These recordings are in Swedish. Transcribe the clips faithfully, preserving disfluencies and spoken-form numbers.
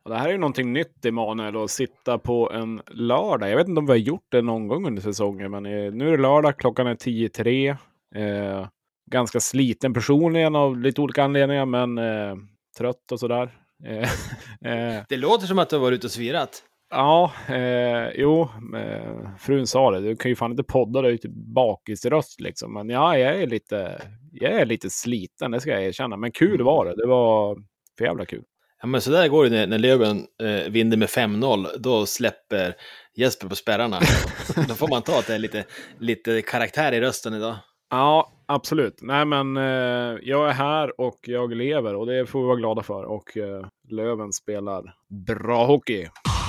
Det här är ju någonting nytt, Emanuel, att sitta på en lördag. Jag vet inte om vi har gjort det någon gång under säsongen, men nu är det lördag, klockan är tio tre. Eh, ganska sliten personligen av lite olika anledningar, men eh, trött och sådär. Eh, eh. Det låter som att du har varit ute och svirat. Ja, eh, jo, eh, frun sa det. Du kan ju fan inte podda dig till bakisröst liksom. Men ja, jag är lite, jag är lite sliten, det ska jag erkänna. Men kul var det. Det var för jävla kul. Ja, men så där går det när, när Löven eh, vinner med fem noll. Då släpper Jesper på spärrarna. Då får man ta att det är lite, lite karaktär i rösten idag. Ja, absolut. Nej, men eh, jag är här och jag lever. Och det får vi vara glada för. Och eh, Löven spelar bra hockey.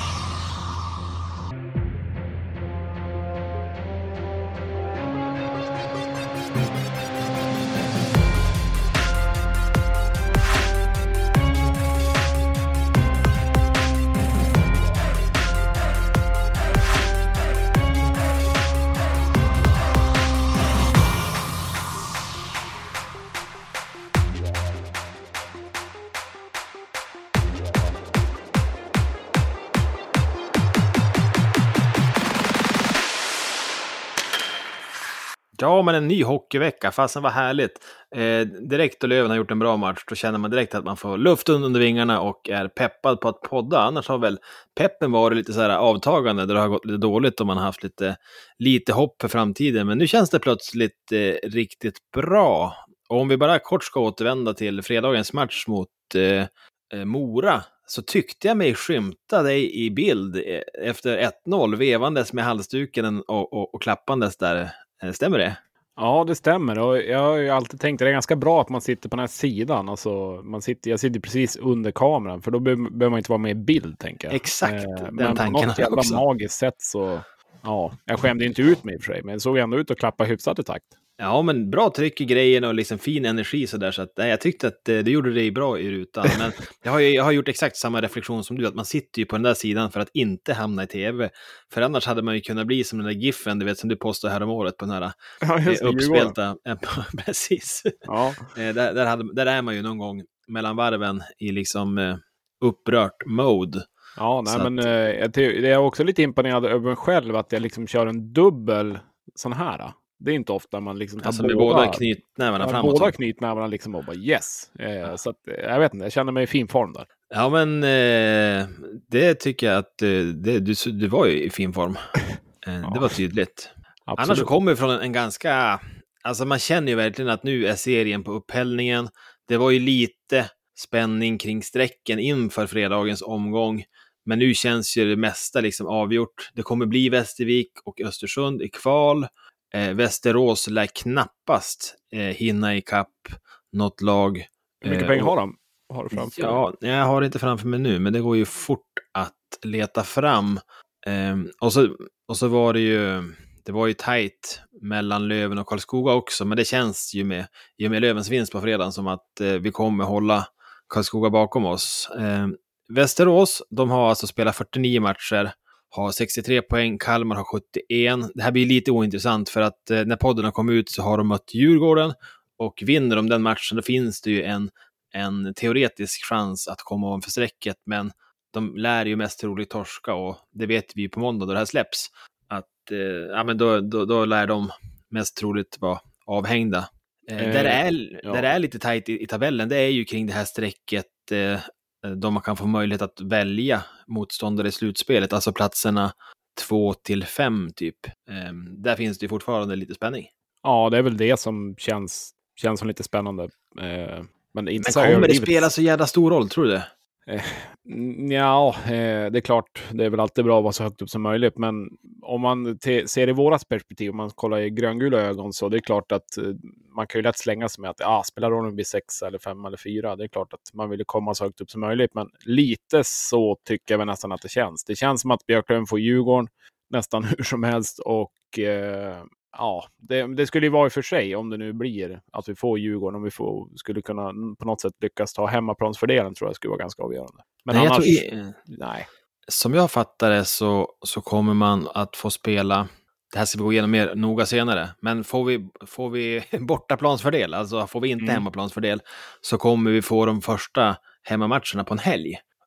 Ja, men en ny hockeyvecka, fastän var härligt. Eh, direkt då Löven har gjort en bra match, då känner man direkt att man får luft under vingarna och är peppad på att podda. Annars har väl peppen varit lite så här avtagande, där det har gått lite dåligt och man har haft lite, lite hopp för framtiden. Men nu känns det plötsligt eh, riktigt bra. Och om vi bara kort ska återvända till fredagens match mot eh, Mora, så tyckte jag mig skymta dig i bild efter ett noll, vevandes med halsduken och, och, och klappandes där. Stämmer det? Ja, det stämmer. Och jag har ju alltid tänkt att det är ganska bra att man sitter på den här sidan. Alltså, man sitter, jag sitter precis under kameran, för då be- behöver man inte vara med i bild, tänker jag. Exakt, eh, den men tanken på något jävla också. magiskt sätt så... Ja, jag skämde inte ut mig i och för sig, men såg ändå ut att klappa hyfsat i takt. Ja, men bra tryck i grejen och liksom fin energi sådär, så att nej, jag tyckte att det, det gjorde det bra i rutan. Men jag har, ju, jag har gjort exakt samma reflektion som du, att man sitter ju på den där sidan för att inte hamna i tv. För annars hade man ju kunnat bli som den där giffen, du vet, som du postade här om året på den här ja, just det, uppspelta. Precis. Ja. där, där, hade, där är man ju någon gång mellan varven i liksom eh, upprört mode. Ja, nej, Så men att... eh, jag, ty- jag är också lite imponerad över mig själv att jag liksom kör en dubbel sån här. Det är inte ofta man liksom tar alltså båda, med båda knytnävarna ja, framåt. båda knytnävarna liksom och bara yes. Eh, ja. Så att, jag vet inte, jag känner mig i fin form där. Ja, men eh, det tycker jag att eh, det, du, du var ju i fin form. Eh, ja. Det var tydligt. Absolut. Annars så kommer vi från en, en ganska... Alltså man känner ju verkligen att nu är serien på upphällningen. Det var ju lite spänning kring sträcken inför fredagens omgång. Men nu känns ju det mesta liksom avgjort. Det kommer bli Västervik och Östersund i kval. Eh, Västerås lär knappast eh, hinna i kapp något lag. Hur mycket eh, pengar och, har de? Har du framför ja, jag har det inte framför mig nu, men det går ju fort att leta fram. Eh, och, så, och så var det ju det var ju tajt mellan Löven och Karlskoga också, men det känns ju med, i och med Lövens vinst på fredagen som att eh, vi kommer hålla Karlskoga bakom oss. Eh, Västerås, de har alltså spelat fyrtionio matcher, har sextiotre poäng, Kalmar har sjuttioen. Det här blir lite ointressant för att eh, när podden har kommit ut så har de mött Djurgården, och vinner de den matchen då finns det ju en, en teoretisk chans att komma ovanför strecket, men de lär ju mest troligt torska, och det vet vi ju på måndag då det här släpps, att eh, ja, men då, då, då lär de mest troligt vara avhängda. Eh, eh, där, är, ja. där är lite tajt i, i tabellen, det är ju kring det här strecket eh, då man kan få möjlighet att välja motståndare i slutspelet, alltså platserna två till fem typ. Eh, där finns det ju fortfarande lite spänning. Ja, det är väl det som känns, känns som lite spännande. Eh, men inte men kommer det spela så jävla stor roll, tror du det? Eh, ja, eh, det är klart, det är väl alltid bra att vara så högt upp som möjligt, men om man te- ser i våras perspektiv, om man kollar i gröngula ögon, så det är klart att eh, man kan ju lätt slänga sig med att ah, spelar rollen blir sex eller fem eller fyra, det är klart att man vill komma så högt upp som möjligt, men lite så tycker jag väl nästan att det känns. Det känns som att Björklöven får Djurgården nästan hur som helst, och eh, ja, det, det skulle ju vara i för sig om det nu blir att vi får Djurgården, om vi får, skulle kunna på något sätt lyckas ta hemmaplansfördelen, tror jag skulle vara ganska avgörande. Men nej, annars, jag tror, nej. Som jag fattar det så, så kommer man att få spela, det här ska vi gå igenom mer noga senare, men får vi, får vi bortaplansfördel, alltså får vi inte mm. hemmaplansfördel, så kommer vi få de första hemmamatcherna på en helg.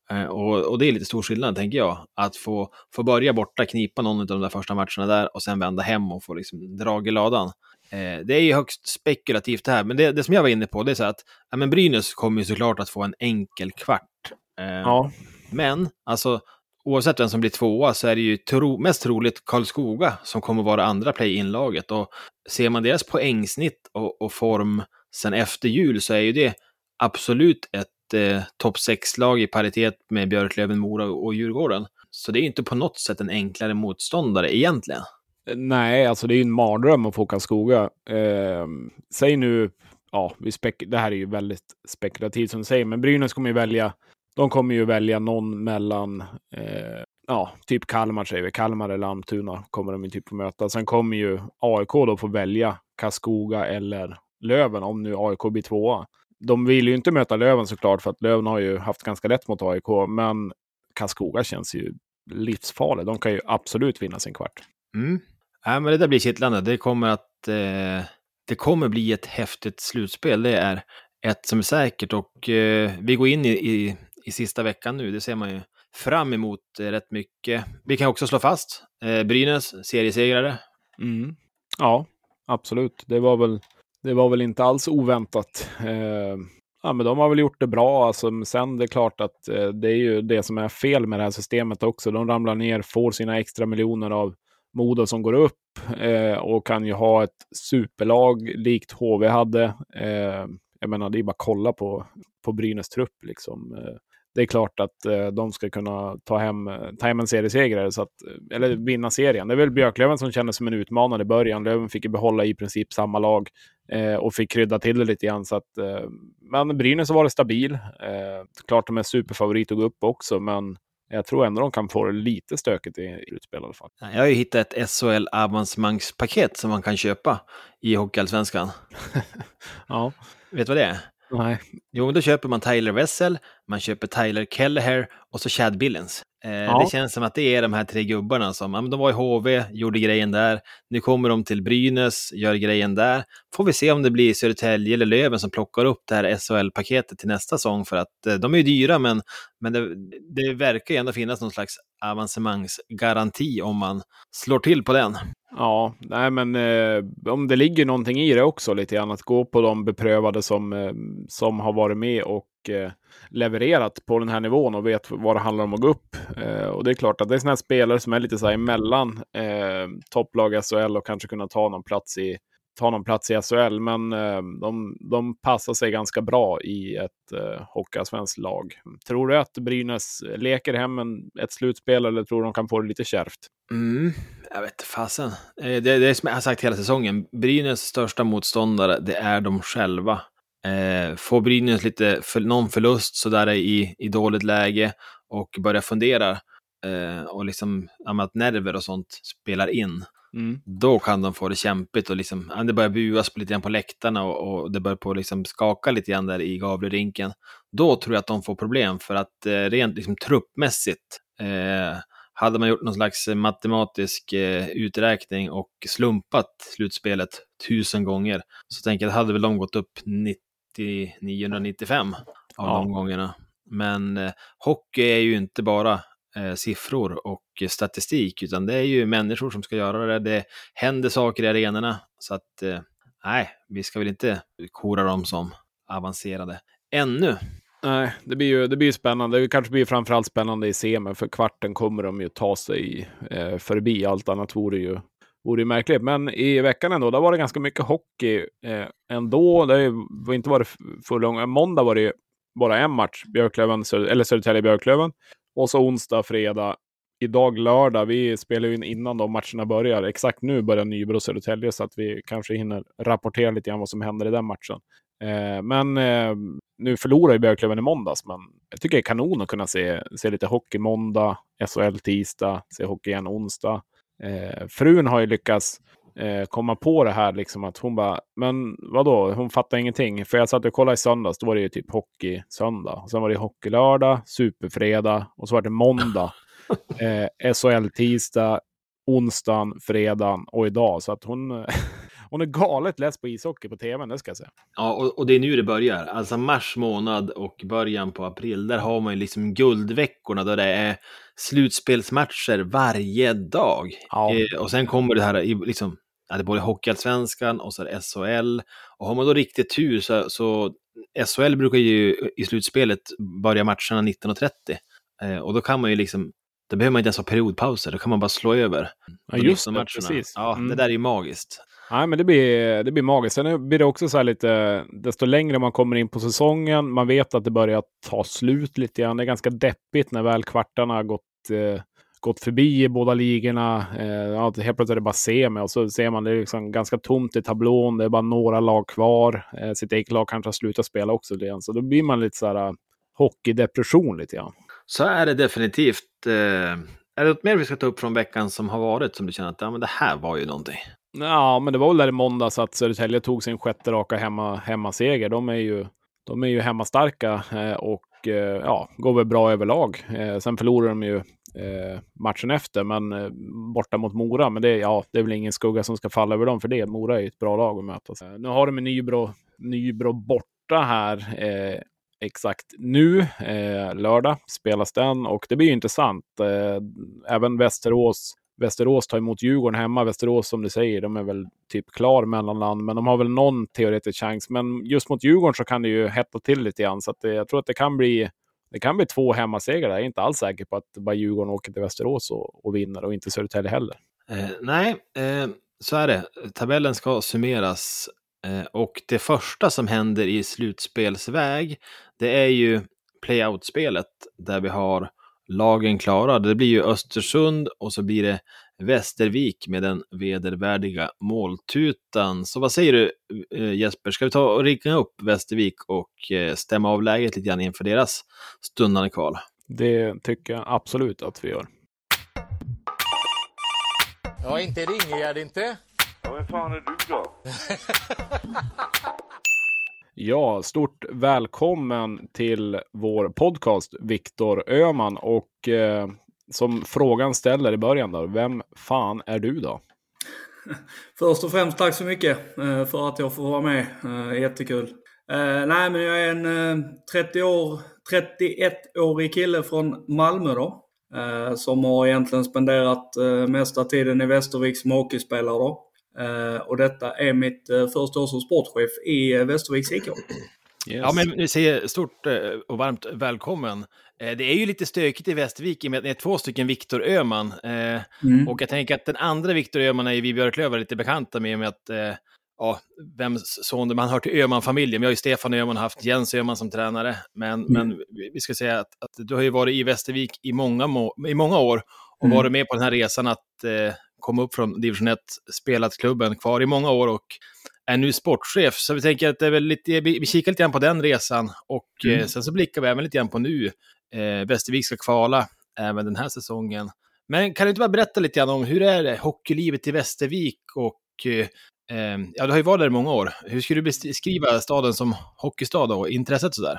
Eh, och, och det är lite stor skillnad, tänker jag. Att få, få börja borta, knipa någon av de där första matcherna där och sen vända hem och få liksom drag i ladan. Eh, det är ju högst spekulativt det här, men det, det som jag var inne på, det är så att ja, men Brynäs kommer ju såklart att få en enkel kvart. Eh, Ja. Men, alltså, oavsett vem som blir tvåa så är det ju tro, mest troligt Karlskoga som kommer vara andra play-in-laget. Och ser man deras poängsnitt och, och form sen efter jul så är ju det absolut ett eh, topp sex-lag i paritet med Björklöven, Mora och Djurgården. Så det är inte på något sätt en enklare motståndare egentligen. Nej, alltså det är ju en mardröm att få Karlskoga. Eh, säg nu, ja, vi spek- det här är ju väldigt spekulativt som du säger, men Brynäs kommer ju välja, de kommer ju välja någon mellan, eh, ja, typ Kalmar säger vi, Kalmar eller Almtuna kommer de ju typ att möta. Sen kommer ju A I K då få välja Karlskoga eller Löven om nu A I K blir tvåa. De vill ju inte möta Löven såklart, för att Löven har ju haft ganska lätt mot A I K, men Karlskoga känns ju livsfarlig. De kan ju absolut vinna sin kvart. Mm. Ja, men det där blir kittlande. Det kommer att eh, det kommer bli ett häftigt slutspel. Det är ett som är säkert, och eh, vi går in i, i, i sista veckan nu. Det ser man ju fram emot eh, rätt mycket. Vi kan också slå fast eh, Brynäs seriesegrare. Mm. Ja, absolut. Det var väl, det var väl inte alls oväntat. Eh, ja, men de har väl gjort det bra. Alltså, men sen det är klart att eh, det är ju det som är fel med det här systemet också. De ramlar ner, får sina extra miljoner av Modo som går upp eh, och kan ju ha ett superlag likt H V hade. Eh, jag menar, det är bara att kolla på, på Brynäs trupp liksom. Eh, det är klart att eh, de ska kunna ta hem, ta hem en seriesegrare, så att, eller vinna serien. Det är väl Björklöven som kändes som en utmanare i början. Löven fick ju behålla i princip samma lag eh, och fick krydda till det lite grann. Så att, eh, men Brynäs har varit stabil. Eh, klart de är superfavorit att gå upp också, men jag tror ändå de kan få det lite stökigt i utspel i alla fall. Jag har ju hittat ett S H L-avancemangspaket som man kan köpa i Hockeyallsvenskan. Ja. Vet du vad det är? Nej. Jo, då köper man Tyler Wessel, man köper Tyler Kelleher och så Chad Billens. Eh, Ja. Det känns som att det är de här tre gubbarna som, ja, men de var i H V, gjorde grejen där. Nu kommer de till Brynäs, gör grejen där. Får vi se om det blir Södertälje eller Löven som plockar upp det här S H L-paketet till nästa säsong, för att eh, de är ju dyra, men, men det, det verkar ju ändå finnas någon slags avancemangsgaranti om man slår till på den. Ja, nej men eh, om det ligger någonting i det också lite grann, att gå på de beprövade som, eh, som har varit med och eh, levererat på den här nivån och vet vad det handlar om att gå upp. Eh, och det är klart att det är såna här spelare som är lite så här emellan eh, topplag S H L och kanske kunna ta någon plats i ta någon plats i S H L, men eh, de, de passar sig ganska bra i ett eh, hockeyallsvenskt lag. Tror du att Brynäs leker hem en, ett slutspel, eller tror du de kan få det lite kärvt? Mm, jag vet inte fasen. Det, det är som jag har sagt hela säsongen. Brynäs största motståndare, det är de själva. Eh, får Brynäs lite för, någon förlust så där i, i dåligt läge och börjar fundera eh, och liksom att nerver och sånt spelar in. Mm. Då kan de få det kämpigt och liksom, det börjar buas på lite grann på läktarna och, och det börjar på liksom skaka lite grann där i Gavlerinken. Då tror jag att de får problem, för att eh, rent liksom truppmässigt eh, hade man gjort någon slags matematisk eh, uträkning och slumpat slutspelet tusen gånger, så tänker jag att hade väl de gått upp nittio niohundranittiofem av ja. de gångerna. Men eh, hockey är ju inte bara eh, siffror och statistik, utan det är ju människor som ska göra det. Det händer saker i arenorna, så att eh, nej, vi ska väl inte kora dem som avancerade ännu. Nej, det blir ju det blir spännande. Det kanske blir framförallt spännande i semin, för kvarten kommer de ju ta sig eh, förbi. Allt annat vore ju, vore ju märkligt. Men i veckan ändå, där var det ganska mycket hockey eh, ändå. Det var inte varit för långa. Måndag var det bara en match, Björklöven, eller Södertälje-Björklöven. Och så onsdag, fredag. Idag lördag, vi spelar ju in innan de matcherna börjar. Exakt nu börjar Nybro och Södertälje, så att vi kanske hinner rapportera lite grann vad som händer i den matchen. Eh, men eh, nu förlorar ju Björklöven i måndags, men jag tycker det är kanon att kunna se, se lite hockey måndag, S H L tisdag, se hockey igen onsdag. Eh, frun har ju lyckats eh, komma på det här, liksom att hon bara, men vadå, hon fattar ingenting. För jag satt och kollade i söndags, då var det ju typ hockey söndag. Och sen var det hockey lördag, superfredag, och så var det måndag. Eh, S H L tisdag, onsdagen, fredagen och idag. Så att hon, hon är galet läst på ishockey på tvn, det ska jag säga. Ja, och, och det är nu det börjar. Alltså mars månad och början på april, där har man ju liksom guldveckorna då det är slutspelsmatcher varje dag. Ja. Eh, och sen kommer det här i liksom, ja, det är både Hockeyallsvenskan och så är det S H L. Och har man då riktigt tur så, så S H L brukar ju i slutspelet börja matcherna nitton och trettio. Eh, och då kan man ju liksom, då behöver man inte ens ha periodpauser, då kan man bara slå över. Ja, just det, precis. Ja, Mm. det där är ju magiskt. Nej, men det blir, det blir magiskt. Sen blir det också så här lite, desto längre man kommer in på säsongen, man vet att det börjar ta slut lite grann. Det är ganska deppigt när väl kvartarna har gått, eh, gått förbi i båda ligorna. Eh, ja, helt plötsligt är det bara semi och så ser man det är liksom ganska tomt i tablån. Det är bara några lag kvar. Eh, sitt eget lag kanske har slutat spela också. Det, så då blir man lite så här uh, hockeydepression lite grann. Så är det definitivt. Eh, är det något mer vi ska ta upp från veckan som har varit som du känner att ja, men det här var ju någonting? Ja, men det var väl där i måndags att Södertälje tog sin sjätte raka hemma, hemmaseger. De är ju, de är ju hemmastarka eh, och eh, ja, går väl bra överlag. Eh, sen förlorar de ju eh, matchen efter, men eh, borta mot Mora. Men det, ja, det är väl ingen skugga som ska falla över dem för det. Mora är ju ett bra lag att möta. Så, nu har de en Nybro, Nybro borta här eh, exakt nu. Eh, lördag spelas den och det blir ju intressant. Eh, även Västerås Västerås tar emot Djurgården hemma. Västerås, som du säger, de är väl typ klar mellanland, men de har väl någon teoretisk chans. Men just mot Djurgården så kan det ju hetta till lite grann. Så att det, jag tror att det kan bli det kan bli två hemmasegrar. Jag är inte alls säker på att bara Djurgården åker till Västerås och, och vinner och inte Södertälje heller. Eh, nej, eh, så är det. Tabellen ska summeras eh, och det första som händer i slutspelsväg, det är ju playout-spelet där vi har lagen klara. Det blir ju Östersund och så blir det Västervik med den vedervärdiga måltutan. Så vad säger du Jesper? Ska vi ta och ringa upp Västervik och stämma av läget lite grann inför deras stundande kval? Det tycker jag absolut att vi gör. Ja, inte ringer det inte. Ja, vem fan är du då? Ja, stort välkommen till vår podcast, Viktor Öhman. Och eh, som frågan ställer i början då, vem fan är du då? Först och främst tack så mycket eh, för att jag får vara med. Eh, jättekul. Eh, nej, men jag är en eh, trettio år, trettioett-årig kille från Malmö då. Eh, som har egentligen spenderat eh, mesta tiden i Västervik som hockeyspelare då. Uh, och detta är mitt uh, första år som sportchef i uh, Västerviks I K. Yes. Ja, men vi säger stort uh, och varmt välkommen. Uh, det är ju lite stökigt i Västervik i och med att det är två stycken Viktor Öhman. Uh, mm. Och jag tänker att den andra Viktor Öhman är ju vi Björklöver lite bekanta med, med att uh, ja, vem son man hör till Öhman-familjen. Vi har ju Stefan Öhman och haft Jens Öhman som tränare. Men, mm. men vi ska säga att, att du har ju varit i Västervik i många, må- i många år och mm. varit med på den här resan att uh, kom upp från division ett, spelat klubben kvar i många år och är nu sportchef. Så vi tänker att det är väl lite, vi kikar lite grann på den resan och mm. eh, sen så blickar vi även lite grann på nu. Eh, Västervik ska kvala även den här säsongen. Men kan du inte bara berätta lite grann om hur är det hockeylivet i Västervik och eh, ja, du har ju varit där i många år. Hur skulle du beskriva staden som hockeystad och intresset sådär?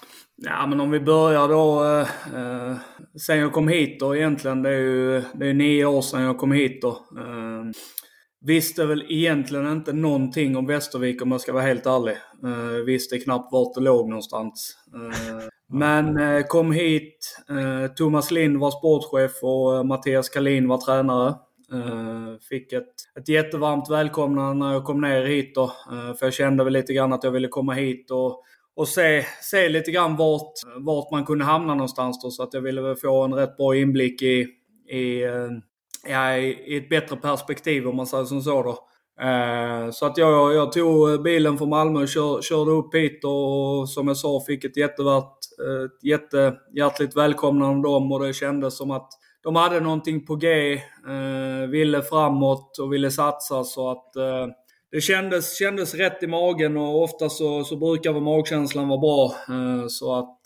Ja, men om vi börjar då eh, sen jag kom hit då egentligen, det är ju det är nio år sedan jag kom hit då. Eh, visste väl egentligen inte någonting om Västervik om jag ska vara helt ärlig. Eh, visste knappt vart det låg någonstans. Eh, men eh, kom hit, eh, Thomas Lind var sportchef och eh, Mattias Kalin var tränare. Eh, fick ett, ett jättevarmt välkomnande när jag kom ner hit då. Eh, för jag kände väl lite grann att jag ville komma hit och Och se, se lite grann vart, vart man kunde hamna någonstans då, så att jag ville väl få en rätt bra inblick i, i, ja, i ett bättre perspektiv om man säger som så då. Eh, så att jag, jag tog bilen från Malmö och kör, körde upp hit och som jag sa fick ett jättevärt, ett jättehjärtligt välkomnande av dem och det kändes som att de hade någonting på G, eh, ville framåt och ville satsa så att eh, Det kändes, kändes rätt i magen och ofta så, så brukar väl magkänslan vara bra. Så att,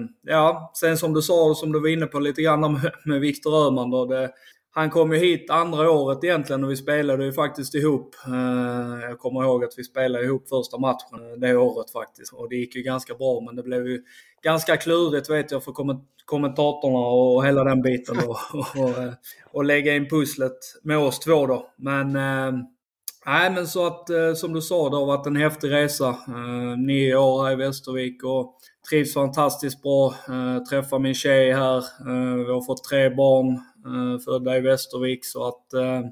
ja, sen som du sa, som du var inne på lite grann med, med Viktor Öhman då. Det, han kom ju hit andra året egentligen och vi spelade ju faktiskt ihop. Jag kommer ihåg att vi spelade ihop första matchen det året faktiskt. Och det gick ju ganska bra, men det blev ju ganska klurigt vet jag för kommentatorerna och hela den biten. Och, och, och, och lägga in pusslet med oss två då. Men Nej, men så att eh, som du sa, det har varit en häftig resa. Eh, nio år här i Västervik och trivs fantastiskt bra. Eh, träffar min tjej här. Eh, vi har fått tre barn eh, födda i Västervik. Så att eh,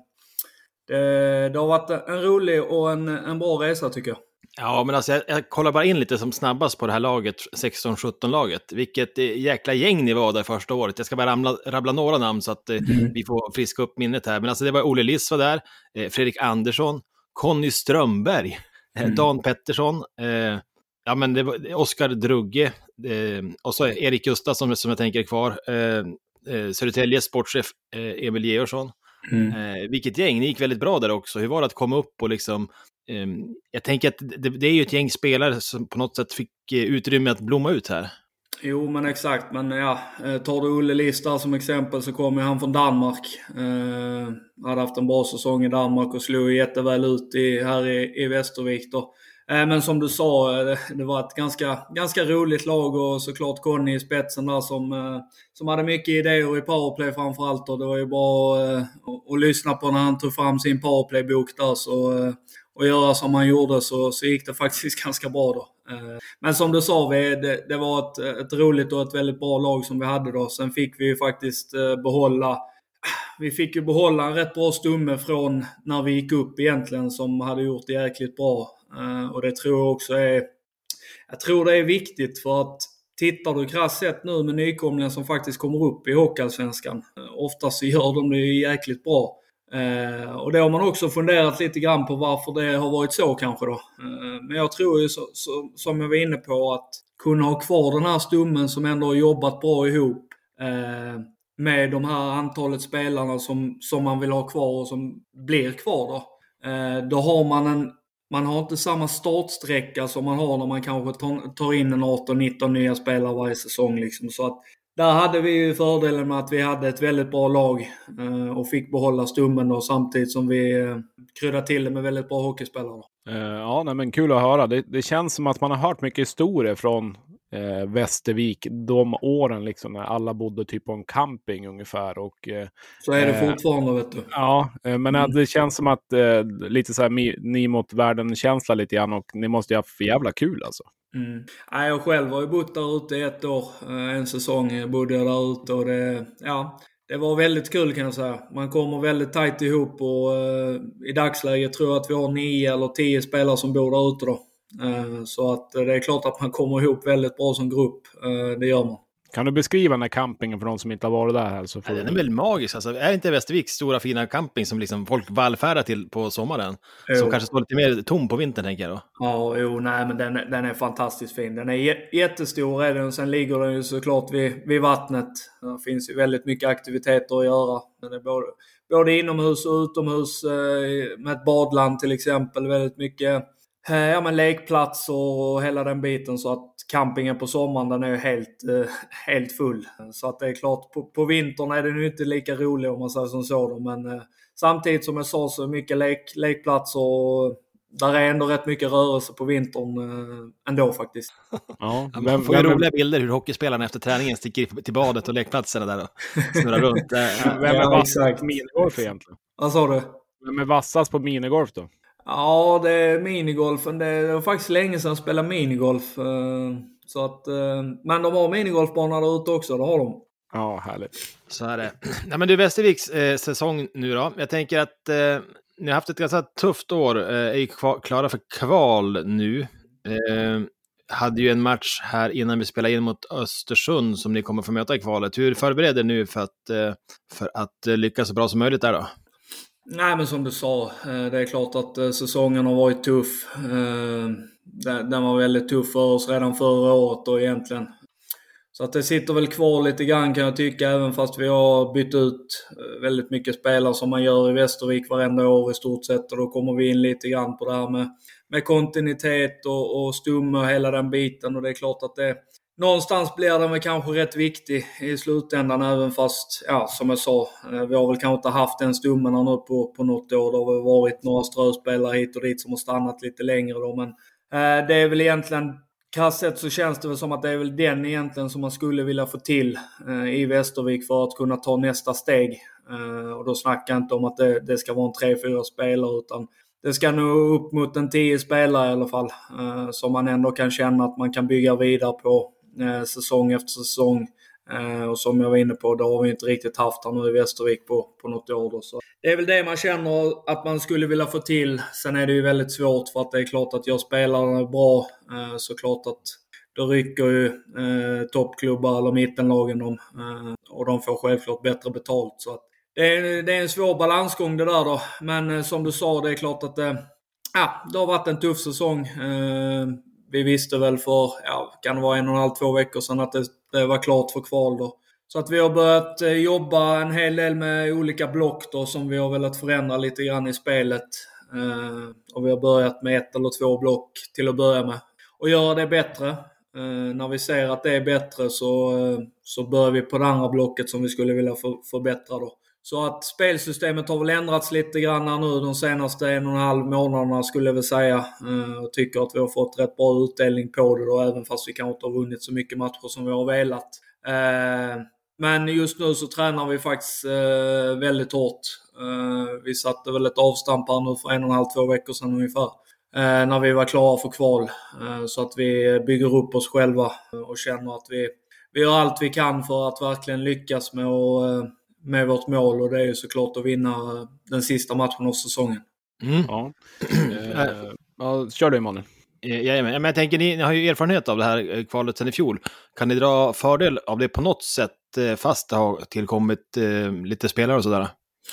det, det har varit en rolig och en, en bra resa tycker jag. Ja, men alltså jag, jag kollar bara in lite som snabbast på det här laget, sexton sjutton-laget. Vilket eh, jäkla gäng ni var där första året. Jag ska bara ramla, rabbla några namn så att eh, mm. vi får friska upp minnet här. Men alltså det var Olle Liss var där, eh, Fredrik Andersson, Conny Strömberg, eh, mm. Dan Pettersson, eh, ja men det var Oskar Drugge, eh, och så Erik Gustafsson som jag tänker är kvar, eh, eh, Södertäljes sportchef eh, Emil Georgsson. Mm. Eh, vilket gäng, ni gick väldigt bra där också. Hur var det att komma upp och liksom Um, jag tänker att det, det är ju ett gäng spelare som på något sätt fick uh, utrymme att blomma ut här. Jo, men exakt. Men ja, tar du Olle Liss där som exempel så kommer han från Danmark. Uh, hade haft en bra säsong i Danmark och slog jätteväl ut i, här i, i Västervik då. Uh, men som du sa, det, det var ett ganska, ganska roligt lag och såklart Conny i spetsen där som, uh, som hade mycket idéer i powerplay framförallt. Och det var ju bara uh, att, att lyssna på när han tog fram sin powerplaybok där så... Uh, och göra som han gjorde så, så gick det faktiskt ganska bra då. Men som du sa, vi, det, det var ett, ett roligt och ett väldigt bra lag som vi hade då. Sen fick vi ju faktiskt behålla, vi fick ju behålla en rätt bra stumme från när vi gick upp egentligen som hade gjort det jäkligt bra. Och det tror jag också är, jag tror det är viktigt för att tittar du krasst sett nu med nykomlingar som faktiskt kommer upp i Hockeyallsvenskan. Oftast så gör de det ju jäkligt bra. Eh, och det har man också funderat lite grann på varför det har varit så kanske då. Eh, men jag tror ju så, så, som jag var inne på att kunna ha kvar den här stummen som ändå har jobbat bra ihop eh, med de här antalet spelarna som, som man vill ha kvar och som blir kvar då. Eh, då har man en, man har inte samma startsträcka som man har när man kanske tar, tar in en arton nitton nya spelare varje säsong liksom. Så att där hade vi ju fördelen med att vi hade ett väldigt bra lag eh, och fick behålla stummen då, samtidigt som vi eh, kryddade till det med väldigt bra hockeyspelare. Uh, ja, nej, men kul att höra. Det, det känns som att man har hört mycket historier från eh, Västervik de åren liksom, när alla bodde typ på en camping ungefär. Och, eh, så är det fortfarande, eh, vet du. Ja, eh, men mm. det känns som att eh, lite så här mi, ni mot världen-känsla lite grann och ni måste ju ha för jävla kul alltså. Mm. Jag själv har ju bott där ute i ett år, en säsong bodde jag där ute och det, ja, det var väldigt kul kan jag säga. Man kommer väldigt tajt ihop och uh, i dagsläget tror jag att vi har nio eller tio spelare som bor där ute då. Uh, så att uh, det är klart att man kommer ihop väldigt bra som grupp, uh, det gör man. Kan du beskriva den här campingen för de som inte har varit där? Alltså för... ja, den är väldigt magisk. Alltså, är inte Västerviks stora fina camping som liksom folk vallfärdar till på sommaren? Jo. Som kanske står lite mer tom på vintern, tänker jag då. Ja, jo, nej, men den, den är fantastiskt fin. Den är j- jättestor är den. Sen ligger den ju såklart vid, vid vattnet. Det finns ju väldigt mycket aktiviteter att göra. Den är både, både inomhus och utomhus eh, med ett badland till exempel. Väldigt mycket eh, ja, men lekplatser och hela den biten, så att campingen på sommaren den är ju helt, eh, helt full. Så att det är klart, på, på vintern är den ju inte lika rolig om man säger som så då. Men eh, samtidigt som jag sa så är mycket lek, lekplatser och där är ändå rätt mycket rörelse på vintern eh, ändå faktiskt. Ja, ja, man får ju roliga bilder hur hockeyspelarna efter träningen sticker till badet och lekplatserna där och snurrar runt. Vem är ja, vassast på minigolf egentligen? Vad sa du? Vem är vassast på minigolf då? Ja, det är minigolfen. Det var faktiskt länge sedan jag spelade minigolf. Så att, men de har minigolfbanor där ute också, det har de. Ja, härligt. Så är det. Nej, men du, Västerviks eh, säsong nu då. Jag tänker att eh, ni har haft ett ganska tufft år. Eh, är ju kvar, klara för kval nu. Eh, hade ju en match här innan vi spelade in mot Östersund som ni kommer få möta i kvalet. Hur förbereder ni nu för att, eh, för att eh, lyckas så bra som möjligt där då? Nej, men som du sa, det är klart att säsongen har varit tuff. Den var väldigt tuff för oss redan förra året och egentligen. Så att det sitter väl kvar lite grann kan jag tycka, även fast vi har bytt ut väldigt mycket spelare som man gör i Västervik varenda år i stort sett. Och då kommer vi in lite grann på det här med, med kontinuitet och, och stumme och hela den biten. Och det är klart att det någonstans blir den väl kanske rätt viktig i slutändan, även fast, ja, som jag sa, vi har väl kanske inte haft den stummen nu på, på något år. Det har väl varit några ströspelare hit och dit som har stannat lite längre då, men eh, det är väl egentligen, kasset så känns det väl som att det är väl den egentligen som man skulle vilja få till eh, i Västervik för att kunna ta nästa steg. Eh, och då snackar jag inte om att det, det ska vara en tre fyra spelare, utan det ska nog upp mot en tio spelare i alla fall. Eh, som man ändå kan känna att man kan bygga vidare på eh, säsong efter säsong. Eh, och som jag var inne på, då har vi inte riktigt haft här nu i Västervik på, på något år. Då, så. Det är väl det man känner att man skulle vilja få till. Sen är det ju väldigt svårt för att det är klart att jag spelar bra. Eh, såklart att då rycker ju eh, toppklubbar eller mittenlagen dem. Eh, och de får självklart bättre betalt. Så att det, är, det är en svår balansgång det där då. Men eh, som du sa, det är klart att eh, ja, det har varit en tuff säsong. Eh, vi visste väl för, ja, kan det vara en och en halv, två veckor sedan att det, det var klart för kval då. Så att vi har börjat eh, jobba en hel del med olika block då som vi har velat förändra lite grann i spelet. Eh, och vi har börjat med ett eller två block till att börja med. Och göra det bättre. Uh, när vi ser att det är bättre så, uh, så börjar vi på det andra blocket som vi skulle vilja för, förbättra då. Så att spelsystemet har väl ändrats lite grann nu de senaste en och en halv månaderna skulle jag väl säga. Uh, och tycker att vi har fått rätt bra utdelning på det då, även fast vi kanske inte har vunnit så mycket matcher som vi har velat. Uh, men just nu så tränar vi faktiskt uh, väldigt hårt. Uh, vi satte väl ett avstamp här nu för en och en halv, två veckor sedan ungefär. Eh, när vi var klara för kval. Eh, så att vi bygger upp oss själva och känner att vi, vi gör allt vi kan för att verkligen lyckas med, och, med vårt mål. Och det är ju såklart att vinna den sista matchen av säsongen. Mm. Ja. eh, ja, kör du Emanuel. Ja, men jag tänker, ni, ni har ju erfarenhet av det här kvalet sedan i fjol. Kan ni dra fördel av det på något sätt fast det har tillkommit eh, lite spelare och sådär?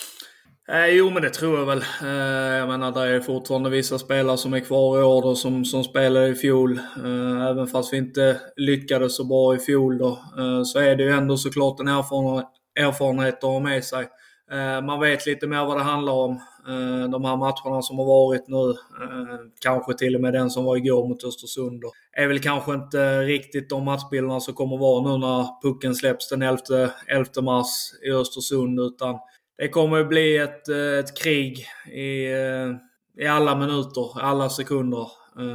Eh, jo, men det tror jag väl. Eh, jag menar, det är fortfarande vissa spelare som är kvar i år då, som, som spelar i fjol. Eh, även fast vi inte lyckades så bra i fjol då, eh, så är det ju ändå såklart en erfarenhet, erfarenhet att ha med sig. Eh, man vet lite mer vad det handlar om. Eh, de här matcherna som har varit nu, eh, kanske till och med den som var igår mot Östersund då, är väl kanske inte riktigt de matchbilderna som kommer vara nu när pucken släpps den elfte mars i Östersund, utan det kommer att bli ett, ett krig i, i alla minuter, alla sekunder.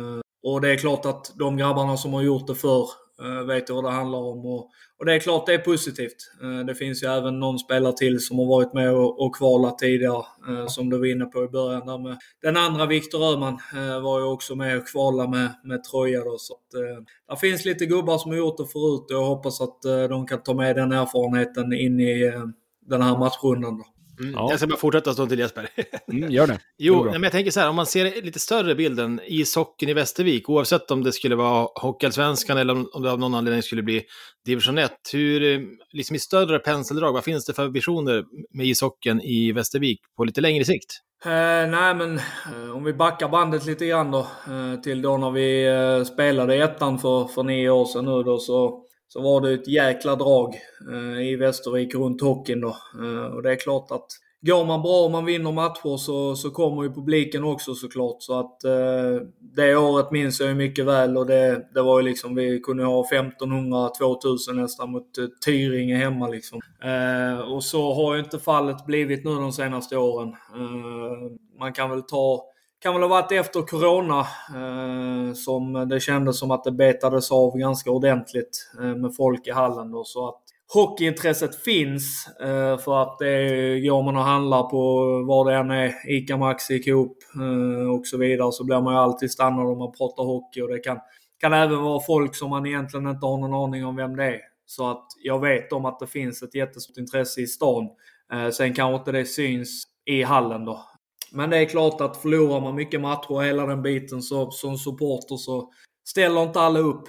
Och det är klart att de grabbarna som har gjort det förr vet vad det handlar om. Och, och det är klart det är positivt. Det finns ju även någon spelare till som har varit med och, och kvalat tidigare, som du var inne på i början. Där med. Den andra, Victor Öhman, var ju också med och kvala med, med tröja. Då, så att, det finns lite gubbar som har gjort det förut och jag hoppas att de kan ta med den erfarenheten in i den här matchrundan då. Mm. Ja. Jag ska bara fortsätta stå till Jesper. Mm, gör det. Jo, det men jag tänker så här, om man ser lite större bilden i ishockeyn i Västervik, oavsett om det skulle vara Hockeyallsvenskan eller om det av någon anledning skulle bli division ett, hur, liksom i större penseldrag, vad finns det för visioner med ishockeyn i Västervik på lite längre sikt? Eh, nej, men eh, om vi backar bandet lite grann då, eh, till då när vi eh, spelade i ettan för, för nio år sedan nu då, så Så var det ett jäkla drag eh, i Västervik runt hockeyn då. Eh, och det är klart att går man bra och man vinner matcher så, så kommer ju publiken också såklart. Så att eh, det året minns jag ju mycket väl. Och det, det var ju liksom, vi kunde ha femtonhundra till tvåtusen nästan mot eh, Tyringe hemma liksom. Eh, och så har ju inte fallet blivit nu de senaste åren. Eh, man kan väl ta... kan väl ha varit efter corona eh, som det kändes som att det betades av ganska ordentligt eh, med folk i hallen då, så att hockeyintresset finns eh, för att det går man och handlar på vad det än är, Ica Maxi, Coop eh, och så vidare, så blir man ju alltid stannad om man pratar hockey, och det kan, kan även vara folk som man egentligen inte har någon aning om vem det är, så att jag vet om att det finns ett jättestort intresse i stan. Eh, sen kanske inte det syns i hallen då. Men det är klart att förlorar man mycket matcher och hela den biten så, som supporter så ställer inte alla upp.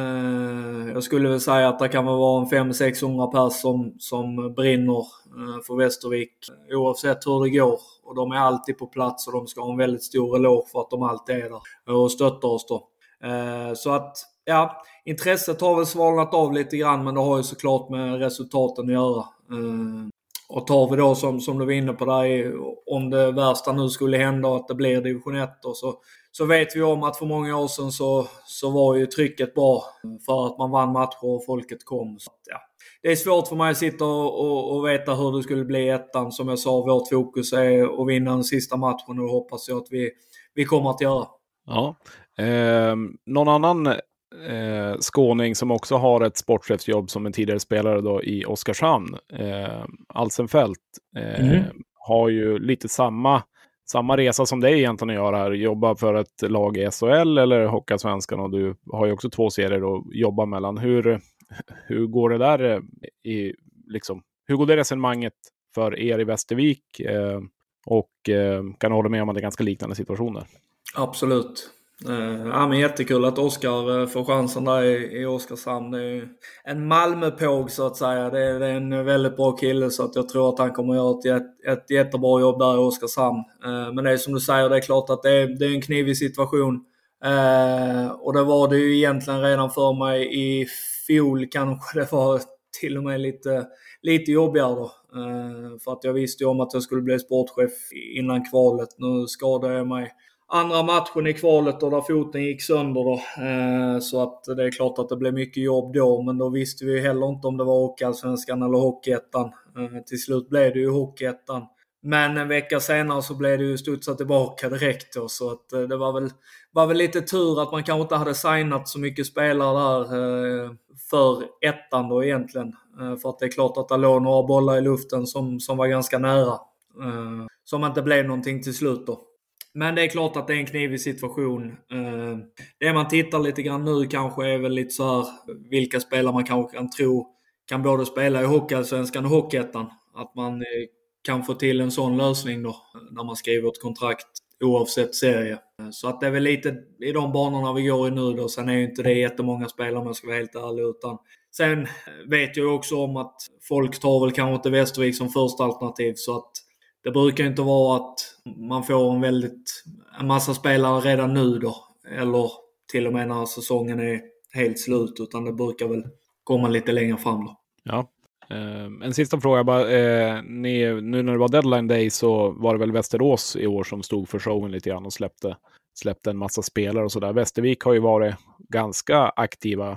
Eh, jag skulle väl säga att det kan vara en fem till sexhundra personer som, som brinner eh, för Västervik oavsett hur det går. Och de är alltid på plats och de ska ha en väldigt stor eloge för att de alltid är där och stöttar oss då. Eh, så att, ja, intresset har väl svalnat av lite grann, men det har ju såklart med resultaten att göra. Eh, Och tar vi då som, som du var inne på där, om det värsta nu skulle hända och att det blir division ett då, så, så vet vi om att för många år sedan så, så var ju trycket bra för att man vann matcher och folket kom. Så, ja. Det är svårt för mig att sitta och, och, och veta hur det skulle bli ettan. Som jag sa, vårt fokus är att vinna den sista matchen och hoppas jag att vi, vi kommer att göra. Ja. Eh, någon annan eh, skåning som också har ett sportchefsjobb som en tidigare spelare då i Oskarshamn, eh, Alsenfelt, eh, mm. har ju lite samma samma resa som det egentligen att göra här. Jobba för ett lag i S H L eller Hockeyallsvenskan, och du har ju också två serier att jobba mellan. Hur, hur går det där i, liksom, hur går det resonemanget för er i Västervik? Eh, och eh, kan hålla med om att det är ganska liknande situationer. Absolut. Eh, ja, men jättekul att Oskar eh, får chansen där i, i Oskarshamn. Det är en Malmöpåg så att säga. Det är, det är en väldigt bra kille, så att jag tror att han kommer att göra ett, ett jättebra jobb där i Oskarshamn. Eh, men det är som du säger, det är klart att det är, det är en knivig situation. Eh, och det var det ju egentligen redan för mig i fjol, kanske det var till och med lite, lite jobbigare då. Eh, för att jag visste ju om att jag skulle bli sportchef innan kvalet. Nu skadade jag mig andra matchen i kvalet och där foten gick sönder då. Eh, så att det är klart att det blev mycket jobb då, men då visste vi heller inte om det var Hockeyallsvenskan eller Hockeyettan. Eh, till slut blev det ju Hockeyettan. Men en vecka senare så blev det ju studsat tillbaka direkt då, så att eh, det var väl, var väl lite tur att man kanske inte hade signat så mycket spelare där eh, för ettan då egentligen. Eh, för att det är klart att det låg några bollar i luften som, som var ganska nära. Eh, som inte blev någonting till slut då. Men det är klart att det är en knivig situation. Eh, det man tittar lite grann nu kanske är väl lite så här, vilka spelare man kanske kan tro kan både spela i Hockeyallsvenskan och Hockeyettan. Att man eh, kan få till en sån lösning då, när man skriver ett kontrakt oavsett serie. Så att det är väl lite i de banorna vi går i nu då. Sen är ju inte det jättemånga spelare om jag ska vara helt ärlig, utan sen vet jag också om att folk tar väl kanske inte Västervik som första alternativ, så att det brukar inte vara att man får en väldigt en massa spelare redan nu då, eller till och med när säsongen är helt slut, utan det brukar väl komma lite längre fram då. Ja. Uh, en sista fråga bara. Uh, ni, nu när det var deadline day så var det väl Västerås i år som stod för showen lite grann och släppte, släppte en massa spelare och sådär. Västervik har ju varit ganska aktiva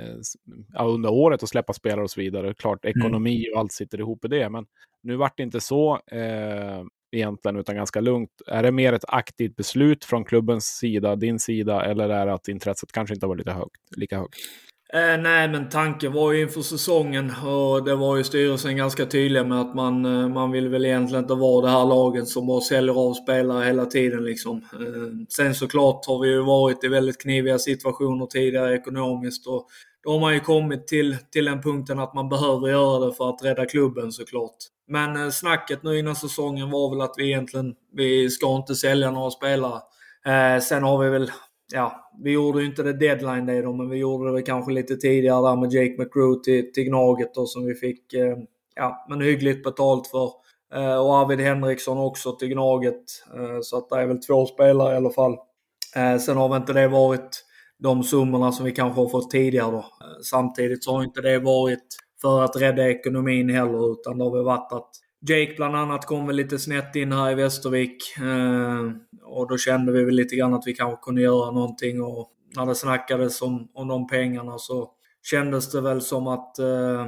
uh, under året att släppa spelare och så vidare. Klart ekonomi och allt sitter ihop i det, men nu vart det inte så uh, egentligen, utan ganska lugnt. Är det mer ett aktivt beslut från klubbens sida, din sida, eller är det att intresset kanske inte var lite högt, lika högt? Eh, nej, men tanken var ju inför säsongen, och det var ju styrelsen ganska tydlig med att man, eh, man vill väl egentligen inte vara det här laget som bara säljer av spelare hela tiden liksom. Eh, sen såklart har vi ju varit i väldigt kniviga situationer tidigare ekonomiskt, och då har man ju kommit till, till den punkten att man behöver göra det för att rädda klubben såklart. Men eh, snacket nu innan säsongen var väl att vi egentligen vi ska inte sälja några spelare. Eh, sen har vi väl Ja, vi gjorde ju inte det deadline day då, men vi gjorde det väl kanske lite tidigare där med Jake McGrew till, till Gnaget då, som vi fick eh, ja, men hyggligt betalt för. Eh, och Arvid Henriksson också till Gnaget. Eh, så att det är väl två spelare i alla fall. Eh, sen har väl inte det varit de summorna som vi kanske har fått tidigare då. Eh, samtidigt så har inte det varit för att rädda ekonomin heller, utan det har väl varit att Jake bland annat kom väl lite snett in här i Västervik. Eh, och då kände vi väl lite grann att vi kanske kunde göra någonting. Och när det snackades om, om de pengarna så kändes det väl som att eh,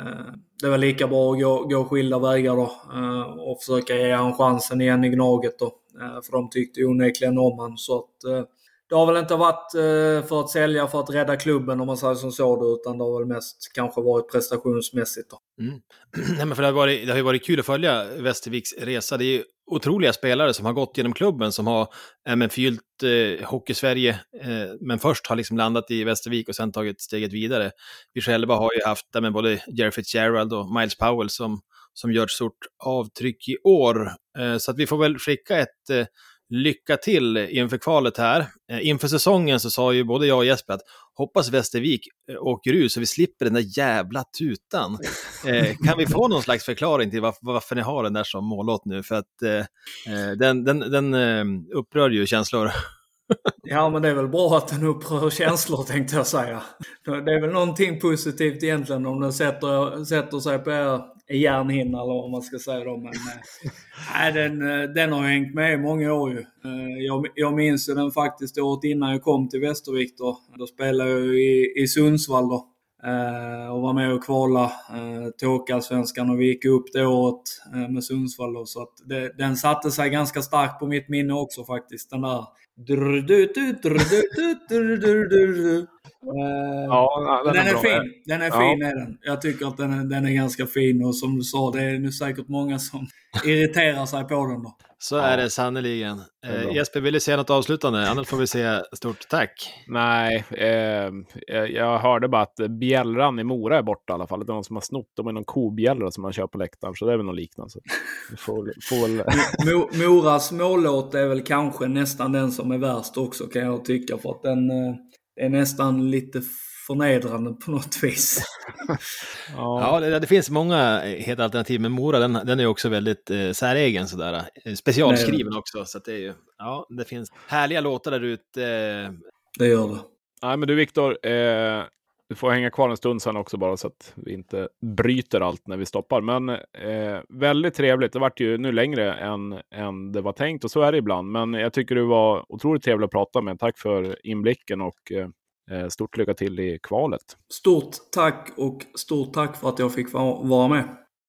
det var lika bra att gå, gå skilda vägar då. Eh, och försöka ge han chansen igen i Gnaget då. Eh, för de tyckte ju onekligen om han. Så att eh, det har väl inte varit eh, för att sälja, för att rädda klubben om man säger som så då, utan det har väl mest kanske varit prestationsmässigt då. Mm. Nej, men för det, har varit, det har ju varit kul att följa Västerviks resa. Det är ju otroliga spelare som har gått genom klubben, som har äh, men fyllt eh, Hockey-Sverige, eh, men först har liksom landat i Västervik och sen tagit steget vidare. Vi själva har ju haft äh, men både Jerry Fitzgerald och Miles Powell som, som gör ett stort avtryck i år. Eh, så att vi får väl skicka ett eh, lycka till inför kvalet här. Eh, inför säsongen så sa ju både jag och Jesper att hoppas Västervik eh, åker ut så vi slipper den där jävla tutan. Eh, kan vi få någon slags förklaring till varför, varför ni har den där som mållåt nu? För att eh, den, den, den eh, upprör ju känslor. Ja, men det är väl bra att den upprör känslor, tänkte jag säga. Det är väl någonting positivt egentligen om den sätter, sätter sig på er hjärnhinna, eller vad man ska säga då. Men nej, den, den har hängt med i många år ju. Jag, jag minns den faktiskt året innan jag kom till Västervik då. Då spelade jag i, i Sundsvall då. Och var med och kvala till Hockeyallsvenskan, och vi gick upp det året med Sundsvall då. Så att det, den satte sig ganska starkt på mitt minne också faktiskt, den där. Ja, den, den är, är bra. fin. Den är Ja. fin är den. Jag tycker att den är, den är ganska fin och som du sa, det är nu säkert många som irriterar sig på den då. Så Ja. är det sannoliken. är bra. Eh, Jesper, vill du säga något avslutande? Annars får vi säga stort tack. Nej, eh, jag hörde bara att bjällran i Mora är borta i alla fall. Det är någon som har snott dem, är någon kobjällra som man kör på läktaren, så det är väl något liknande. Så vi får, får väl... Mo- Moras mållåt är väl kanske nästan den som är värst också, kan jag tycka, för att den eh, är nästan lite förnedrande på något vis. Ja. Ja, det, det finns många heta alternativ, men Mora den, den är också väldigt eh, säregen sådär. Eh, specialskriven Nej. också, så att det är ju, ja, det finns härliga låtar där ute. Eh, Det gör det. Nej, men du Viktor, eh, du får hänga kvar en stund sen också bara så att vi inte bryter allt när vi stoppar. Men eh, väldigt trevligt. Det vart ju nu längre än, än det var tänkt och så är det ibland. Men jag tycker du var otroligt trevlig att prata med. Tack för inblicken och eh, stort lycka till i kvalet. Stort tack och stort tack för att jag fick vara, vara med.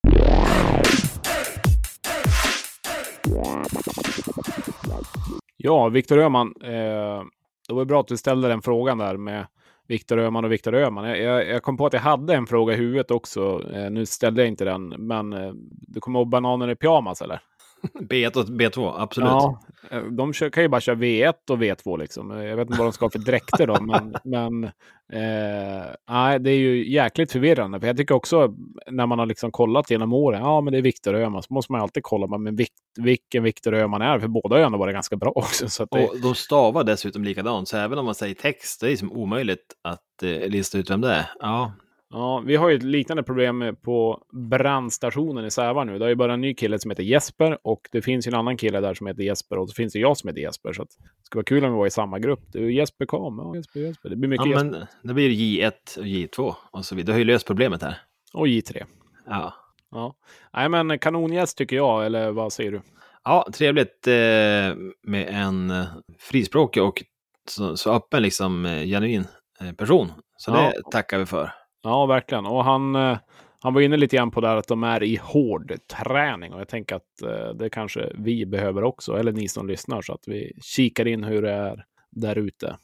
Ja, Viktor Öhman. Eh, det var bra att du ställde den frågan där med Viktor Öhman och Viktor Öhman. Jag, jag, jag kom på att jag hade en fråga i huvudet också. Eh, nu ställde jag inte den. Men eh, du kommer ihåg Bananer i pyjamas, eller? B ett och B två, absolut. Ja, de kör, kan ju bara köra V ett och V två liksom. Jag vet inte vad de ska ha för dräkter då, men, men eh, nej, det är ju jäkligt förvirrande. För jag tycker också, när man har liksom kollat genom åren, ja men det är Viktor Öhman, så måste man alltid kolla men vilk, vilken Viktor Öhman är, för båda öarna var det ganska bra också. Så att det... Och de stavar dessutom likadant, så även om man säger text, det är liksom omöjligt att eh, lista ut vem det är. Ja. Ja, vi har ju ett liknande problem på brandstationen i Sävar nu. Det är ju bara en ny kille som heter Jesper och det finns ju en annan kille där som heter Jesper och så finns det jag som heter Jesper. Så att det ska vara kul om vi var i samma grupp. Det är ju Jesper Kam, ja, Jesper, Jesper. Det blir mycket Ja, Jesper. men det blir J ett och J två och så vidare. Du har ju löst problemet här. Och J tre. Ja. Ja. Nej, men kanongäst tycker jag, eller vad säger du? Ja, trevligt eh, med en eh, frispråkig och så, så öppen, liksom eh, genuin eh, person. Så Ja. det tackar vi för. Ja, verkligen. Och han, eh, han var inne lite grann på där att de är i hård träning. Och jag tänker att eh, det kanske vi behöver också, eller ni som lyssnar, så att vi kikar in hur det är där ute.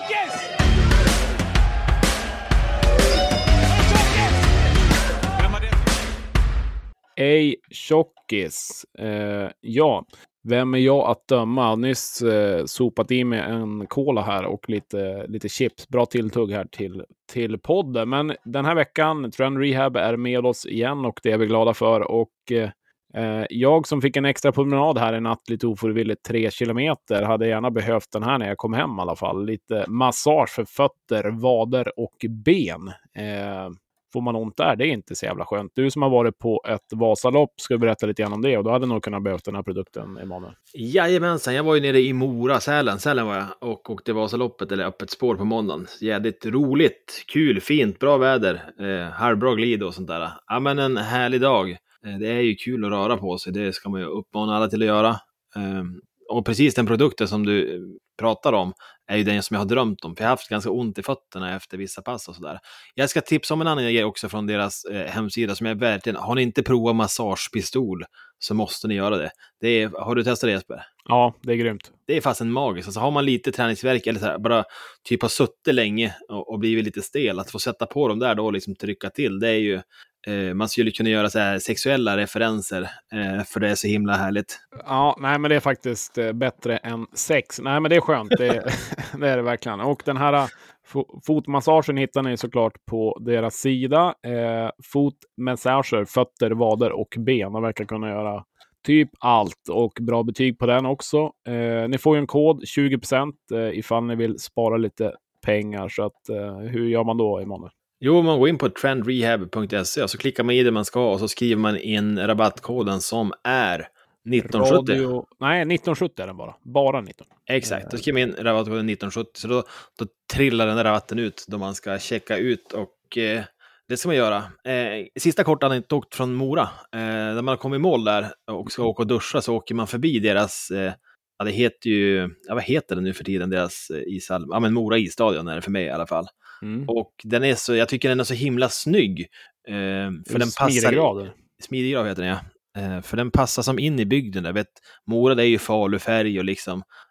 Ej tjockis. Eh, ja, vem är jag att döma? Nyss eh, sopat i med en cola här och lite, lite chips. Bra tilltugg här till, till podden. Men den här veckan, Trend Rehab är med oss igen och det är vi glada för. Och eh, jag som fick en extra promenad här i natt, lite oförvilligt tre kilometer, hade gärna behövt den här när jag kom hem i alla fall. Lite massage för fötter, vader och ben. Eh, Får man ont där, det är inte så jävla skönt. Du som har varit på ett Vasalopp ska berätta lite grann om det och då hade nog kunnat behövt den här produkten, Emanuel. Jajamensan, jag var ju nere i Mora, Sälen, Sälen var jag, och åkte Vasaloppet eller öppet spår på måndagen. Jävligt roligt, kul, fint, bra väder, eh, halvbra glid och sånt där. Ja, men en härlig dag. Eh, det är ju kul att röra på sig, det ska man ju uppmana alla till att göra. Eh, och precis den produkten som du pratar om är ju den som jag har drömt om. För jag har haft ganska ont i fötterna efter vissa pass och sådär. Jag ska tipsa om en annan grej också från deras eh, hemsida som jag verkligen, har ni inte provat massagepistol så måste ni göra det. Det är, har du testat det, Jesper? Ja, det är grymt. Det är fast en magiskt. Alltså har man lite träningsvärk eller så här, bara typ har suttit länge och, och blivit lite stel, att få sätta på dem där då och liksom trycka till, det är ju eh, man skulle kunna göra så här sexuella referenser eh, för det är så himla härligt. Ja, nej men det är faktiskt eh, bättre än sex. Nej men det är skönt, det, det är det verkligen. Och den här fo- fotmassagen hittar ni såklart på deras sida. Eh, fotmassager, fötter, vader och ben. De verkar kunna göra typ allt och bra betyg på den också. Eh, ni får ju en kod tjugo procent eh, ifall ni vill spara lite pengar. Så att, eh, hur gör man då, Emanuel? Jo, man går in på trend rehab punkt se och så klickar man i det man ska och så skriver man in rabattkoden som är nitton sjuttio. Radio... Nej, nitton sjuttio är den bara. Bara nitton. Exakt, då skriver man in rabattkoden nitton sjuttio så då, då trillar den där rabatten ut då man ska checka ut och eh, det ska man göra. Eh, sista kort anekdot från Mora. Eh, när man har kommit i mål där och ska åka och duscha så åker man förbi deras, eh, ja det heter ju, ja vad heter det nu för tiden, deras eh, ishall, ja men Mora isstadion är det för mig i alla fall. Mm. Och den är så, jag tycker den är så himla snygg. Eh, för den passar... Smidegrad. Smidegrad heter den, ja. Eh, för den passar som in i bygden där. Vet, Mora det är ju falufärg och liksom,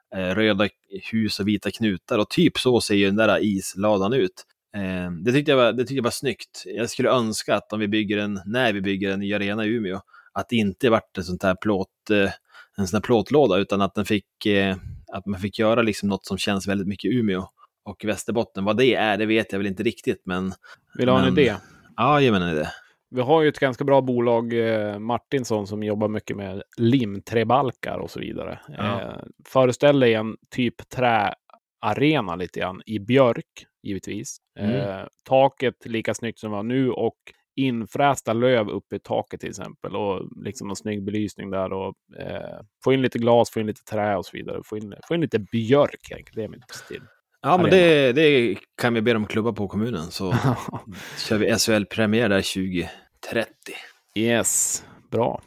eh, röda hus och vita knutar. Och typ så ser ju den där isladan ut. Eh, det, tyckte jag var, det tyckte jag var snyggt. Jag skulle önska att om vi bygger en, när vi bygger en ny arena i Umeå, att det inte vart en sån här plåt, eh, en sån här plåtlåda, utan att den fick, eh, att man fick göra liksom något som känns väldigt mycket Umeå och Västerbotten. Vad det är, det vet jag väl inte riktigt, men... Vill du ha en idé? Ja, ge mig en idé. Vi har ju ett ganska bra bolag, eh, Martinsson, som jobbar mycket med limträbalkar och så vidare. Ja. Eh, föreställ dig en typ träarena lite grann i björk, givetvis. Mm. Eh, taket lika snyggt som det var nu och infrästa löv uppe i taket till exempel. Och liksom en snygg belysning där. Och, eh, få in lite glas, få in lite trä och så vidare. Få in, få in lite björk, egentligen. Det är mitt stil. Ja, men det, det kan vi be dem klubba på kommunen, så kör vi S H L-premiär där tjugo trettio. Yes, bra.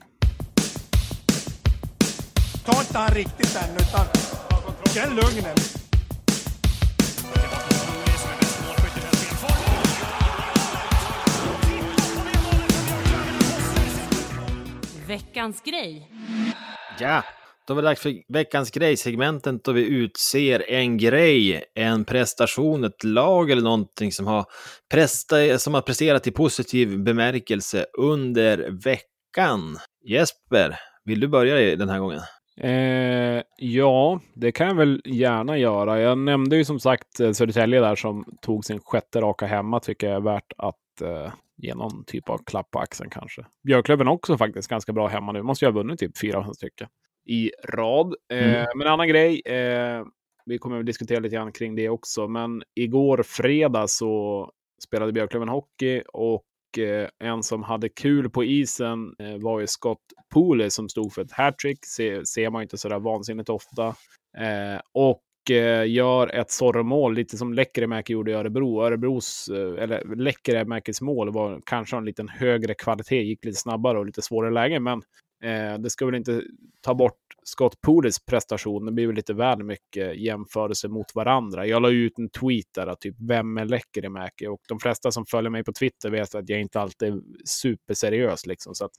Ta inte han riktigt än, utan känn lugnen. Veckans grej. Ja, då var det dags för veckans grej-segmentet då vi utser en grej, en prestation, ett lag eller någonting som har, presta- som har presterat i positiv bemärkelse under veckan. Jesper, vill du börja den här gången? Eh, ja, det kan jag väl gärna göra. Jag nämnde ju som sagt eh, Södertälje där som tog sin sjätte raka hemma. Tycker jag är värt att eh, ge någon typ av klapp på axeln kanske. Björklöven också faktiskt ganska bra hemma nu. Måste ju ha vunnit typ fyra fem stycken i rad. Eh, Mm. Men en annan grej, eh, vi kommer att diskutera lite grann kring det också. Men igår fredag så spelade Björklöven hockey och en som hade kul på isen var ju Scott Pooley som stod för ett hattrick. Se, ser man inte sådär vansinnigt ofta. Eh, och eh, gör ett sorremål, lite som Lekkerimäki gjorde i Örebro. Örebros, eh, eller Lekkerimäkis mål var kanske en liten högre kvalitet, gick lite snabbare och lite svårare läge, men eh, det ska väl inte ta bort Scott Pooleys prestation. Det blir väl lite väl mycket jämförelse mot varandra. Jag la ut en tweet där att typ, vem är Lekkerimäki? Och de flesta som följer mig på Twitter vet att jag inte alltid är superseriös liksom. Så att,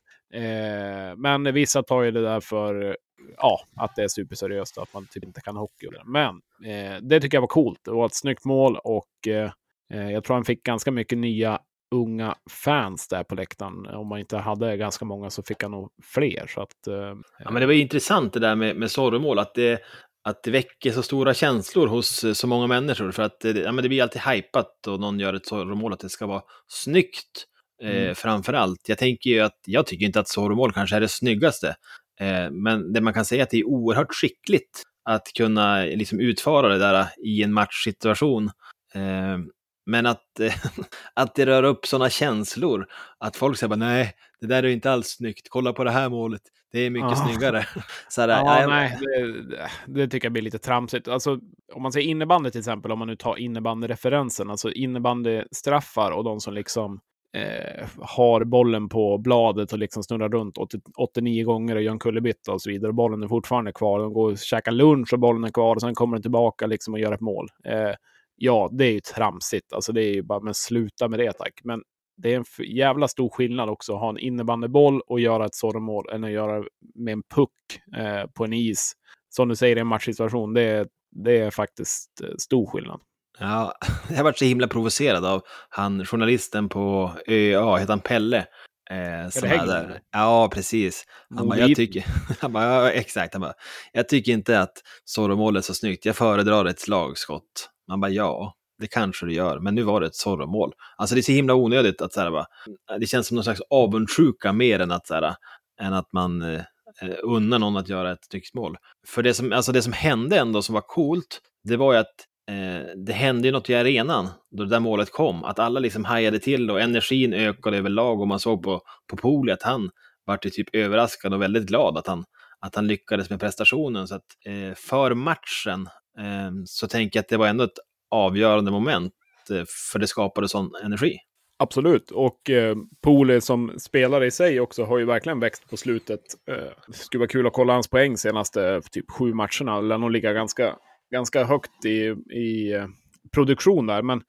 eh, men vissa tar ju det där för ja, att det är superseriöst och att man typ inte kan hockey. Men eh, det tycker jag var coolt. Det var ett snyggt mål och eh, jag tror han fick ganska mycket nya unga fans där på läktaren. Om man inte hade ganska många så fick han nog fler. Så att, eh, Ja, men det var intressant det där med, med sorremål, att det, att det väcker så stora känslor hos så många människor. För att ja, men det blir alltid hypat och någon gör ett sorremål att det ska vara snyggt eh, Mm. framför allt. Jag tänker ju att jag tycker inte att sorremål kanske är det snyggaste. Eh, men det man kan säga är att det är oerhört skickligt att kunna liksom utföra det där i en matchsituation. Eh, Men att, att det rör upp sådana känslor. Att folk säger bara, nej, det där är inte alls snyggt. Kolla på det här målet. Det är mycket Ja. snyggare. Så här, Ja, ja, nej, det, det tycker jag blir lite tramsigt. Alltså, om man säger innebandy till exempel, om man nu tar innebandyreferensen, alltså innebandystraffar och de som liksom eh, har bollen på bladet och liksom snurrar runt åttionio gånger och gör en kullerbytta och så vidare. Och bollen är fortfarande kvar. De går och käkar lunch och bollen är kvar och sen kommer den tillbaka liksom och gör ett mål. Eh, Ja, det är ju tramsigt. Alltså det är ju bara, men sluta med det tack. Men det är en f- jävla stor skillnad också att ha en innebandyboll och göra ett sorremål än att göra med en puck eh, på en is. Som du säger i en matchsituation, det är, det är faktiskt eh, stor skillnad. Ja, jag har varit så himla provocerad av han, journalisten på Ö A, heter han Pelle? Eh, som det är Hägglund? där. Ja, precis. Han bara, jag tycker, han bara, ja, exakt, han bara, jag tycker inte att sorremålet är så snyggt. Jag föredrar ett slagskott. Man bara, ja, det kanske du gör, men nu var det ett sorremål. Alltså det är så himla onödigt att så här, bara, det känns som någon slags avundsjuka mer än att, så här, än att man eh, unnar någon att göra ett snyggt mål. För det som, alltså det som hände ändå som var coolt, det var ju att eh, det hände ju något i arenan då det där målet kom. Att alla liksom hajade till och energin ökade överlag och man såg på, på Pooley att han var typ överraskad och väldigt glad att han, att han lyckades med prestationen. Så att eh, för matchen eh, så tänker jag att det var ändå ett avgörande moment eh, för det skapade sån energi. Absolut, och eh, Pooley som spelare i sig också har ju verkligen växt på slutet. Eh, det skulle vara kul att kolla hans poäng senaste typ sju matcherna. Eller nog ligga ganska, ganska högt i, i eh, produktion där. Men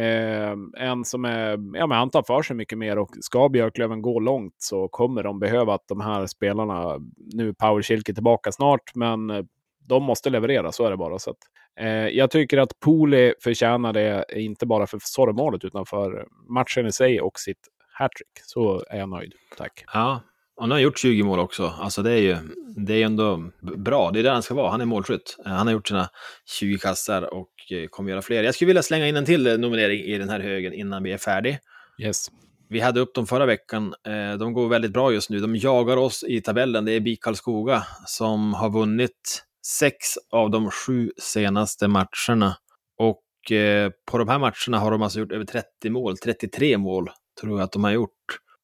eh, en som är, ja men han tar för sig mycket mer och ska Björklöven gå långt så kommer de behöva att de här spelarna, nu Power Schilke tillbaka snart, men eh, de måste leverera, så är det bara. Så att, eh, jag tycker att Pooley förtjänar det, inte bara för sorgmålet utan för matchen i sig och sitt hattrick. Så är jag nöjd. Tack. Ja, och han har gjort tjugo mål också. Alltså det är ju det är ändå bra. Det är där han ska vara. Han är målskytt. Han har gjort sina tjugo kassar och kommer göra fler. Jag skulle vilja slänga in en till nominering i den här högen innan vi är färdig. Yes. Vi hade upp dem förra veckan. De går väldigt bra just nu. De jagar oss i tabellen. Det är BIK Karlskoga som har vunnit sex av de sju senaste matcherna. Och på de här matcherna har de alltså gjort över trettio mål. trettiotre mål tror jag att de har gjort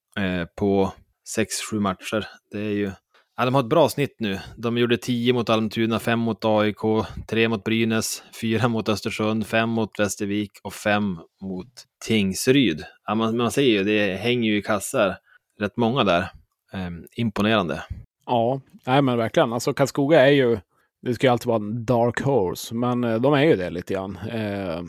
på sex sju matcher. Det är ju... Ja, de har ett bra snitt nu. De gjorde tio mot Almtuna, fem mot A I K, tre mot Brynäs, fyra mot Östersund, fem mot Västervik och fem mot Tingsryd. Ja, man, man ser ju, det hänger ju i kassar. Rätt många där. Ehm, imponerande. Ja, nej men verkligen. Alltså Karlskoga är ju, det ska ju alltid vara en dark horse, men de är ju det lite grann. Eh,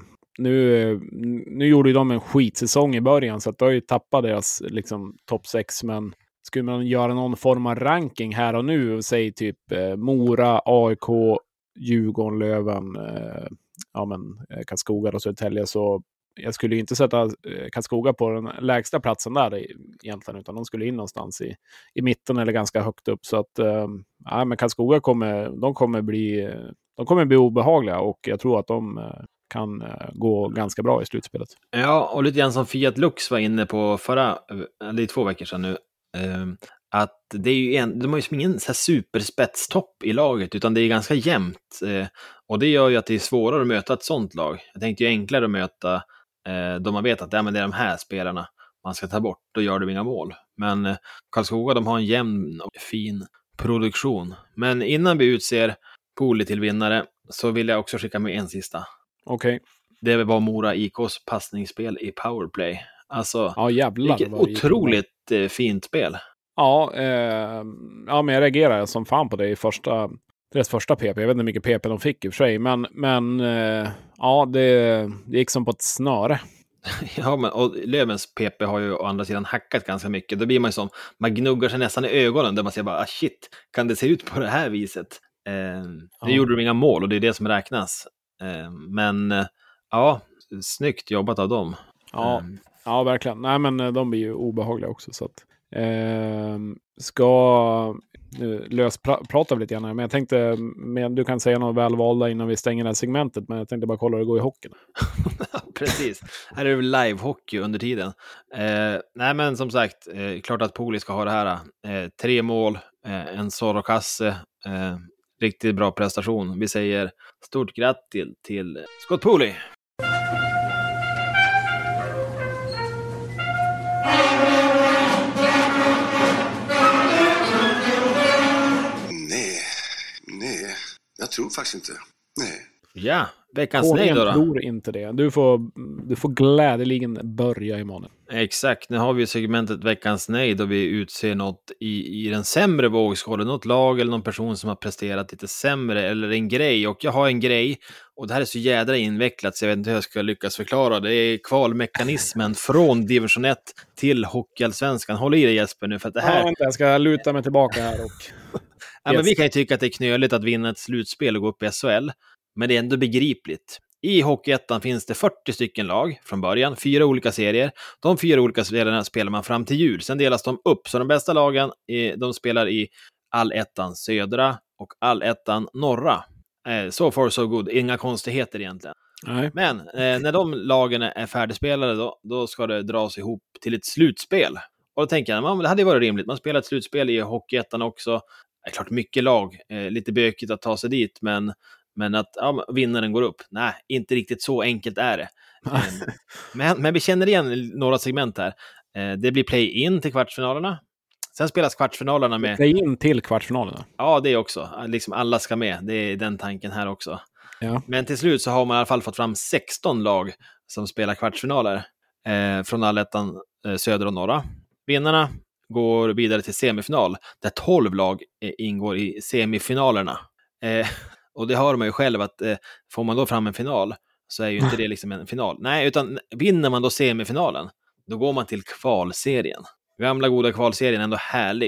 nu, nu gjorde ju de en skitsäsong i början, så att de har ju tappat deras liksom topp sex, men skulle man göra någon form av ranking här och nu och säga typ eh, Mora, A I K, Djurgården, Löven, eh, ja men eh, Karlskoga och Södertälje, så jag skulle ju inte sätta eh, Karlskoga på den lägsta platsen där egentligen, utan de skulle in någonstans i, i mitten eller ganska högt upp, så att eh, ja, men Karlskoga kommer, de kommer bli de kommer bli obehagliga, och jag tror att de eh, kan eh, gå ganska bra i slutspelet. Ja, och lite grann som Fiat Lux var inne på förra, eller två veckor sedan nu, Uh, att det är ju en, de har ju som ingen så här superspetstopp i laget, utan det är ganska jämnt, uh, och det gör ju att det är svårare att möta ett sånt lag. Jag tänkte ju enklare att möta uh, de man vet att ja, men det är de här spelarna man ska ta bort, då gör de inga mål. Men uh, Karlskoga, de har en jämn och fin produktion. Men innan vi utser Pooley till vinnare så vill jag också skicka med en sista. Okej. Okay. Det var Mora I K:s passningsspel i powerplay. Alltså, ja, jävlar, vilket otroligt eh, fint spel. Ja, eh, ja, men jag reagerar som fan på det i första, deras första P P. Jag vet inte hur mycket P P de fick i och för sig, men, men eh, ja, det, det gick som på ett snöre. Ja, men och Lövens P P har ju å andra sidan hackat ganska mycket. Då blir man ju som, man gnuggar sig nästan i ögonen där man säger bara, ah, shit, kan det se ut på det här viset? Eh, ja. Det gjorde de inga mål och det är det som räknas. Eh, men eh, ja, snyggt jobbat av dem. Ja, um. ja, verkligen. Nej, men de blir ju obehagliga också. Så att, eh, ska nu lös pra- prata lite grann. Men jag tänkte, men du kan säga något välvalda innan vi stänger det här segmentet. Men jag tänkte bara kolla hur det går i hockeyn. Precis. Här är det live-hockey under tiden. Eh, nej, men som sagt, eh, klart att Pooley ska ha det här. Eh, tre mål, eh, en Sorokasse. Eh, riktigt bra prestation. Vi säger stort grattis till Scott Pooley. Jag tror faktiskt inte. Nej. Ja, veckans nej då. Jag tror inte det. Du får, du får glädjeligen börja imorgon. Exakt, nu har vi segmentet veckans nej då vi utser något i, i den sämre vågskålen. Något lag eller någon person som har presterat lite sämre eller en grej. Och jag har en grej, och det här är så jädra invecklat så jag vet inte hur jag ska lyckas förklara. Det är kvalmekanismen från division ett till hockeyallsvenskan. Håll i dig Jesper nu för att det här... Ja, vänta, jag ska luta mig tillbaka här och... Ja, men vi kan ju tycka att det är knöligt att vinna ett slutspel och gå upp i S H L, men det är ändå begripligt. I Hockeyettan finns det fyrtio stycken lag från början, fyra olika serier. De fyra olika serierna spelar man fram till jul, sen delas de upp. Så de bästa lagen, de spelar i Allettan södra och Allettan norra. So far so good, inga konstigheter egentligen. Nej. Men eh, när de lagen är färdigspelade då, då ska det dras ihop till ett slutspel. Och då tänker jag, man, det hade ju varit rimligt. Man spelar ett slutspel i Hockeyettan också. Det är klart mycket lag, eh, lite bökigt att ta sig dit, men, men att ja, vinnaren går upp. Nej, inte riktigt så enkelt är det. eh, men, men vi känner igen några segment här. Eh, det blir play-in till kvartsfinalerna. Sen spelas kvartsfinalerna med... Play-in till kvartsfinalerna? Ja, det är också. Liksom alla ska med. Det är den tanken här också. Ja. Men till slut så har man i alla fall fått fram sexton lag som spelar kvartsfinaler eh, från Allettan eh, söder och norra. Vinnarna går vidare till semifinal där tolv lag eh, ingår i semifinalerna. Eh, och det hör man ju själv att eh, får man då fram en final så är ju inte det liksom en final. Nej, utan vinner man då semifinalen då går man till kvalserien. Gamla goda kvalserien är ändå härlig.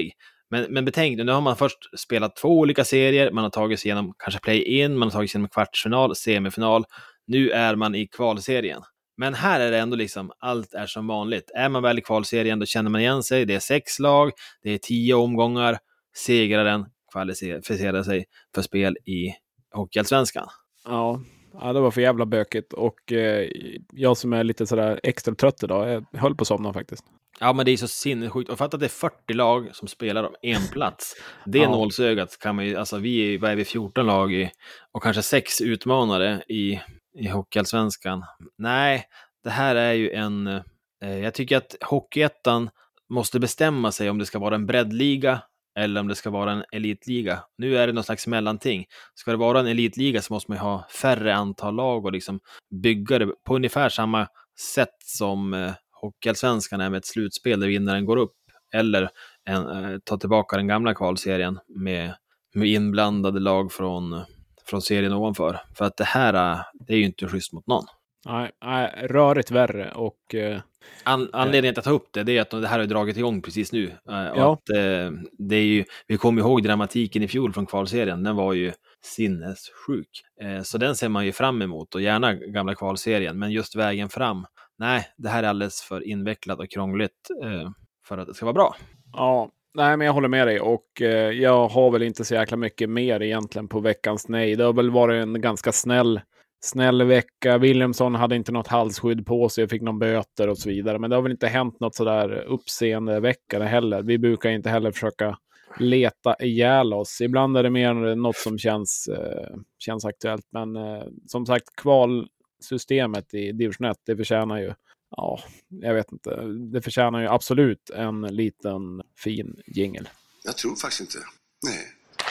Men, men betänk nu, nu har man först spelat två olika serier, man har tagit sig igenom kanske play-in, man har tagit sig igenom kvartsfinal, semifinal. Nu är man i kvalserien. Men här är det ändå liksom, allt är som vanligt. Är man väl i kvalserien, då känner man igen sig. Det är sex lag, det är tio omgångar. Segraren kvalificerar sig för spel i Hockeyallsvenskan. Ja, ja, det var för jävla bökigt. Och eh, jag som är lite sådär extra trött idag, jag höll på att somna faktiskt. Ja, men det är så sinnessjukt. Och fatta att det är fyrtio lag som spelar om en plats. Det är ja. nålsögat kan man ju, alltså vi är, vad är vi, fjorton lag i, och kanske sex utmanare i, i Hockeyallsvenskan. Nej, det här är ju en, eh, jag tycker att Hockeyettan måste bestämma sig om det ska vara en breddliga eller om det ska vara en elitliga. Nu är det någon slags mellanting. Ska det vara en elitliga så måste man ju ha färre antal lag och liksom bygga det på ungefär samma sätt som eh, Hockeyallsvenskan är med ett slutspel där vinnaren går upp, eller en, eh, ta tillbaka den gamla kvalserien med, med inblandade lag från, från serien ovanför. För att det här det är ju inte schysst mot någon. Nej, nej, rörigt värre. Och eh, An, anledningen till att ta upp det, det är att det här har dragit igång precis nu. Eh, och ja. att, eh, det är ju, vi kommer ihåg dramatiken i fjol från kvalserien. Den var ju sinnessjuk. Eh, så den ser man ju fram emot, och gärna gamla kvalserien. Men just vägen fram, nej, det här är alldeles för invecklat och krångligt eh, för att det ska vara bra. Ja, nej, men jag håller med dig. Och eh, jag har väl inte så jäkla mycket mer egentligen på veckans nej. Det har väl varit en ganska snäll Snäll vecka. Williamson hade inte något halsskydd på sig. Jag fick någon böter och så vidare. Men det har väl inte hänt något sådär uppseende vecka heller. Vi brukar inte heller försöka leta ihjäl oss. Ibland är det mer något som känns, eh, känns aktuellt. Men eh, som sagt, kvalsystemet i division ett, det förtjänar ju, ja, jag vet inte. Det förtjänar ju absolut en liten fin jingle. Jag tror faktiskt inte. Nej.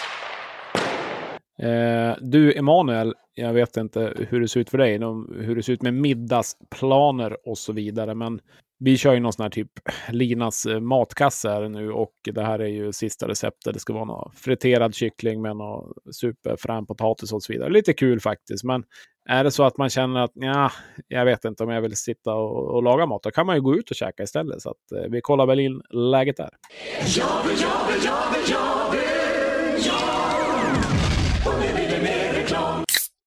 Eh, du, Emanuel, jag vet inte hur det ser ut för dig, de, hur det ser ut med middagsplaner och så vidare, men vi kör ju någon sån här typ Linas matkasse här nu, och det här är ju sista receptet. Det ska vara någon friterad kyckling med någon superfrän potatis och så vidare. Lite kul faktiskt, men är det så att man känner att ja, jag vet inte om jag vill sitta och, och laga mat, då kan man ju gå ut och käka istället. Så att eh, vi kollar väl in läget där. Jag vill, jag vill, jag vill, jag vill, ja. Och nu blir det mer reklam.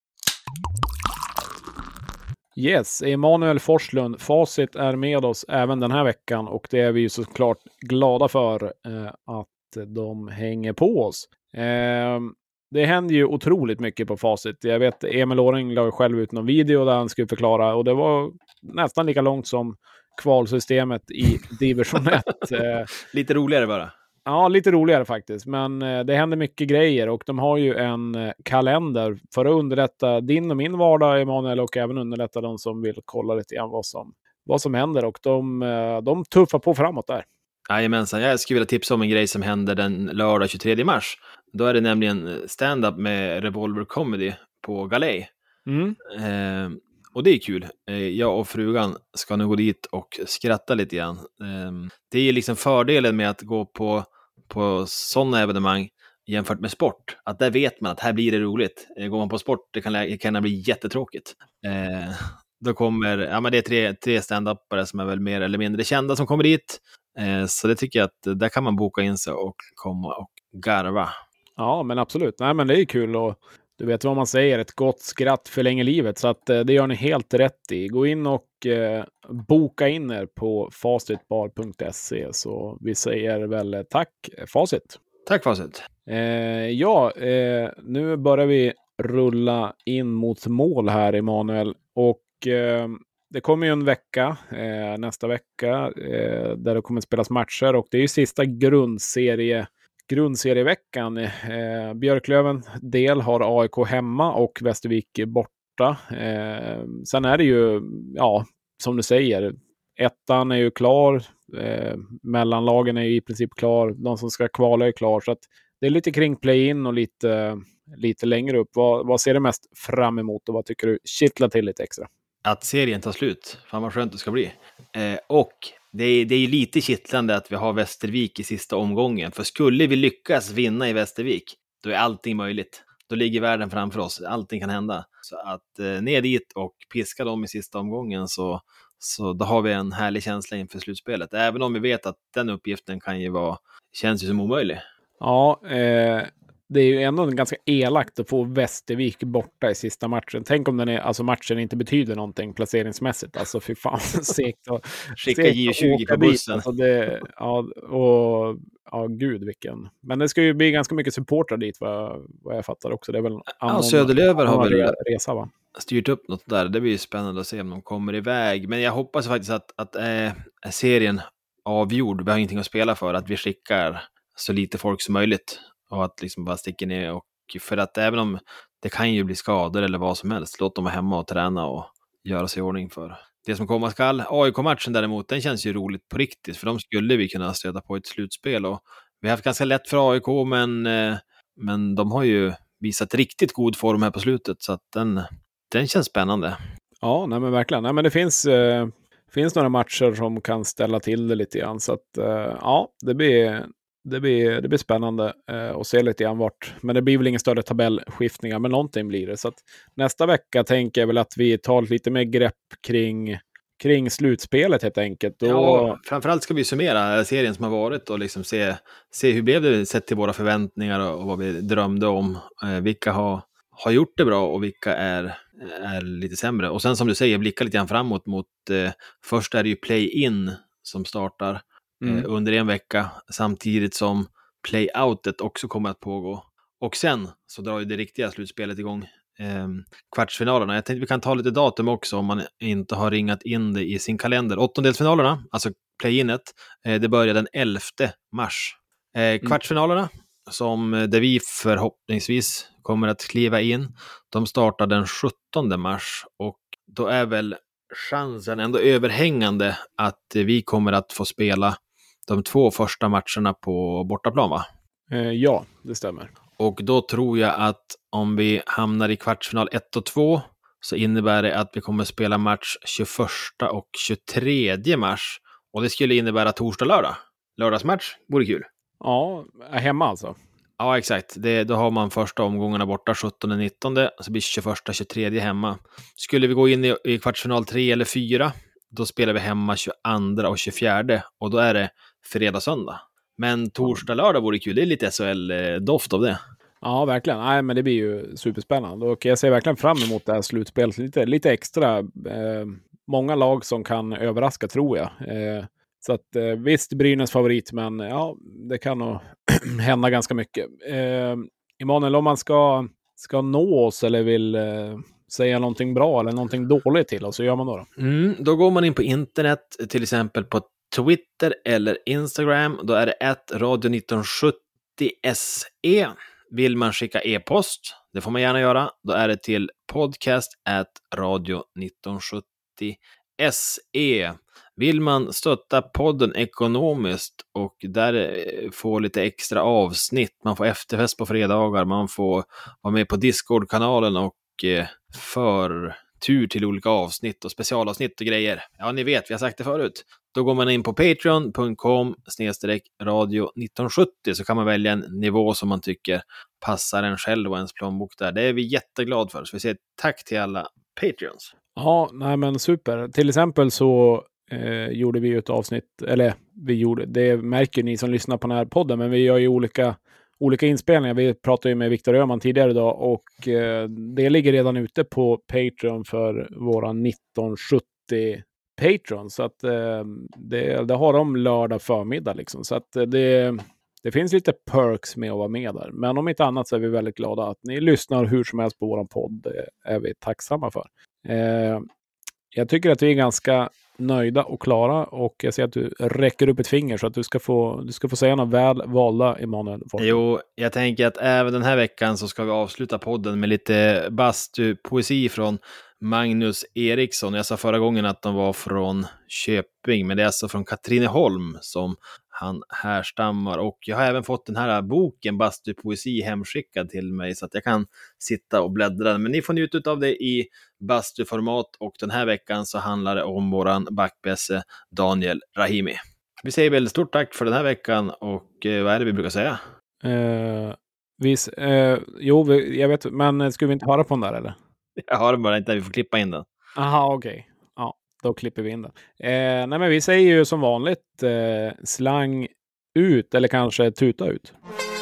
Yes, Emanuel Forslund, Facit är med oss även den här veckan, och det är vi ju såklart glada för eh, att de hänger på oss. Eh, det händer ju otroligt mycket på Facit. Jag vet, Emil Åring la själv ut någon video där han skulle förklara, och det var nästan lika långt som kvalsystemet i division ett. Eh, Lite roligare bara. Ja, lite roligare faktiskt. Men eh, det händer mycket grejer, och de har ju en eh, kalender för att underlätta din och min vardag, Emanuel, och även underlätta de som vill kolla lite grann vad som, vad som händer. Och de, eh, de tuffar på framåt där. Jajamensan, jag skulle vilja tipsa om en grej som händer den lördag tjugotredje mars. Då är det nämligen stand-up med Revolver Comedy på Galej. Mm. Eh, och det är kul. Eh, jag och frugan ska nu gå dit och skratta lite grann. Eh, det är liksom fördelen med att gå på, på sådana evenemang jämfört med sport. Att där vet man att här blir det roligt. Eh, går man på sport, det kan, det kan bli jättetråkigt. Eh, då kommer, ja men det är tre, tre stand-upare som är väl mer eller mindre kända som kommer dit. Eh, så det tycker jag att där kan man boka in sig och komma och garva. Ja, men absolut. Nej, men det är kul, och du vet vad man säger, ett gott skratt förlänger livet, så att eh, det gör ni helt rätt i. Gå in och eh, boka in er på facitbar punkt se, så vi säger väl tack Facit. Tack Facit. Eh, ja, eh, nu börjar vi rulla in mot mål här, Emanuel, och eh, det kommer ju en vecka, eh, nästa vecka, eh, där det kommer spelas matcher, och det är ju sista grundserie grundserieveckan. Eh, Björklöven del har A I K hemma och Västervik borta. Eh, sen är det ju, ja, som du säger, ettan är ju klar, eh, mellanlagen är ju i princip klar, de som ska kvala är klar, så att det är lite kring play-in och lite, lite längre upp. Vad, vad ser du mest fram emot, och vad tycker du kittlar till lite extra? Att serien tar slut. Fan vad skönt det ska bli. Eh, och det är, det är lite kittlande att vi har Västervik i sista omgången. För skulle vi lyckas vinna i Västervik, då är allting möjligt. Då ligger världen framför oss. Allting kan hända. Så att eh, ner dit och piska dem i sista omgången, så, så då har vi en härlig känsla inför slutspelet. Även om vi vet att den uppgiften kan ju vara känns ju som omöjlig. Ja, eh, det är ju ändå ganska elakt att få Västervik borta i sista matchen. Tänk om den är, alltså matchen inte betyder någonting placeringsmässigt. Alltså fy fan, segt att Skicka J tjugo på bussen. Alltså det, ja, och ja, gud vilken. Men det ska ju bli ganska mycket supportrar dit, vad, vad jag fattar också. Det är väl ja, Söderlöver har väl resa, va? styrt upp något där. Det blir ju spännande att se om de kommer iväg. Men jag hoppas faktiskt att, att äh, serien avgjord. Vi har ingenting att spela för. Att vi skickar så lite folk som möjligt. Och att liksom bara sticka ner. Och för att även om det kan ju bli skador eller vad som helst. Låt dem vara hemma och träna och göra sig i ordning för det som komma skall. A I K-matchen däremot, den känns ju roligt på riktigt. För de skulle vi kunna stöta på ett slutspel. Och vi har haft ganska lätt för A I K. Men, men de har ju visat riktigt god form här på slutet. Så att den, den känns spännande. Ja, nej men verkligen. Nej, men det finns, eh, finns några matcher som kan ställa till det lite grann. Så att eh, ja, det blir... Det blir, det blir spännande eh, att se lite grann vart. Men det blir väl ingen större tabellskiftningar, men någonting blir det. Så att nästa vecka tänker jag väl att vi tar lite mer grepp kring, kring slutspelet helt enkelt. Och... Ja, framförallt ska vi summera serien som har varit och liksom se, se hur blev det sett till våra förväntningar och, och vad vi drömde om. Eh, vilka har, har gjort det bra och vilka är, är lite sämre. Och sen som du säger, blicka lite grann framåt mot eh, först är det ju play-in som startar. Mm. under en vecka, samtidigt som play-outet också kommer att pågå. Och sen så drar ju det riktiga slutspelet igång. Eh, kvartsfinalerna. Jag tänkte vi kan ta lite datum också om man inte har ringat in det i sin kalender. Åttondelsfinalerna, alltså play-inet, eh, det börjar den elfte mars. Eh, kvartsfinalerna, mm. som där vi förhoppningsvis kommer att kliva in, de startar den sjuttonde mars. Och då är väl chansen ändå överhängande att vi kommer att få spela de två första matcherna på bortaplan, va? Eh, ja, det stämmer. Och då tror jag att om vi hamnar i kvartsfinal ett och två så innebär det att vi kommer spela match tjugoförsta och tjugotredje mars. Och det skulle innebära torsdag lördag. Lördagsmatch vore kul. Ja, hemma alltså. Ja, exakt. Det, då har man första omgångarna borta sjuttonde nittonde, så blir tjugoförsta tjugotredje hemma. Skulle vi gå in i, i kvartsfinal tre eller fyra, då spelar vi hemma tjugoandra och tjugofjärde, och då är det fredag söndag. Men torsdag lördag vore kul. Det är lite S H L-doft av det. Ja, verkligen. Nej, men det blir ju superspännande. Och jag ser verkligen fram emot det här slutspelet lite, lite extra. Eh, många lag som kan överraska, tror jag. Eh, Så att eh, visst, Brynäs favorit, men ja, det kan nog hända ganska mycket. Eh, Emanuel, om man ska, ska nå oss eller vill eh, säga någonting bra eller någonting dåligt till oss, så gör man då då? Mm, då går man in på internet, till exempel på Twitter eller Instagram. Då är det at radio nitton sjuttio S E. Vill man skicka e-post, det får man gärna göra. Då är det till podcast at radio nitton sjuttio S E. Vill man stötta podden ekonomiskt och där få lite extra avsnitt, man får efterfest på fredagar, man får vara med på Discord-kanalen och förtur till olika avsnitt och specialavsnitt och grejer. Ja, ni vet, vi har sagt det förut. Då går man in på patreon punkt com slash radio nitton sjuttio, så kan man välja en nivå som man tycker passar en själv och ens plånbok där. Det är vi jätteglada för, så vi säger tack till alla Patreons. Ja, nej men super. Till exempel så eh, gjorde vi ett avsnitt, eller vi gjorde, det märker ni som lyssnar på den här podden, men vi gör ju olika, olika inspelningar. Vi pratade ju med Viktor Öhman tidigare idag, och eh, det ligger redan ute på Patreon för våra nitton sjuttio Patreon. Så att eh, det, det har de lördag förmiddag liksom. Så att det, det finns lite perks med att vara med där. Men om inte annat så är vi väldigt glada att ni lyssnar hur som helst på våran podd. Det är vi tacksamma för. Eh, jag tycker att vi är ganska nöjda och klara, och jag ser att du räcker upp ett finger, så att du ska få, du ska få säga något väl valda, Emanuel. Jo, jag tänker att även den här veckan så ska vi avsluta podden med lite bastu-poesi från Magnus Eriksson. Jag sa förra gången att de var från Köping, men det är alltså från Katrineholm som han härstammar. Och jag har även fått den här boken Bastu-poesi hemskickad till mig, så att jag kan sitta och bläddra. Men ni får njuta av det i bastu-format, och den här veckan så handlar det om våran backbässe Daniel Rahimi. Vi säger väl stort tack för den här veckan, och eh, vad är det vi brukar säga? Uh, vis, uh, jo, vi, jag vet, men ska vi inte höra på den där eller? Jag har bara inte, vi får klippa in den. Aha, okej. Okay. Ja, då klipper vi in den. Eh, nej, men vi säger ju som vanligt eh, slang ut eller kanske tuta ut.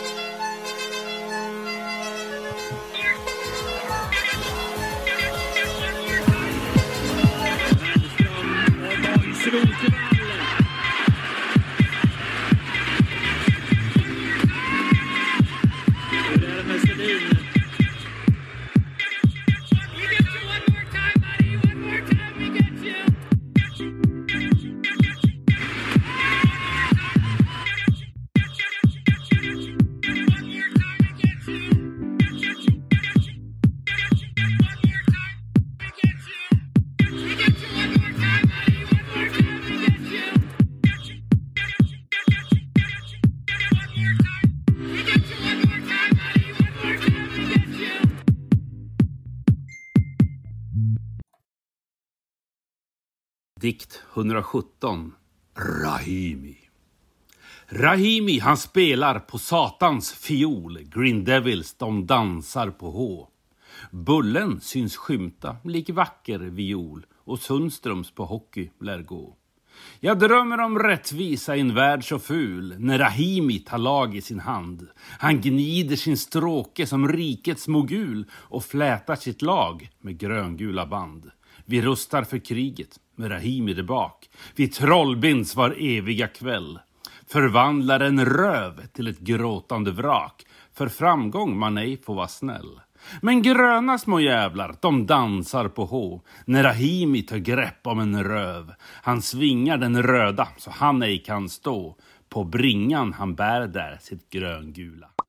Dikt hundrasjutton. Rahimi. Rahimi han spelar på satans fiol. Green Devils de dansar på H. Bullen syns skymta lik vacker viol. Och Sundströms på hockey lär gå. Jag drömmer om rättvisa i en värld så ful. När Rahimi tar lag i sin hand. Han gnider sin stråke som rikets mogul. Och flätar sitt lag med gröngula band. Vi rustar för kriget med Rahimi där bak. Vi trollbinds var eviga kväll. Förvandlar en röv till ett gråtande vrak. För framgång man ej får vara snäll. Men gröna små jävlar, de dansar på H. När Rahimi tar grepp om en röv. Han svingar den röda så han ej kan stå. På bringan han bär där sitt gröngula.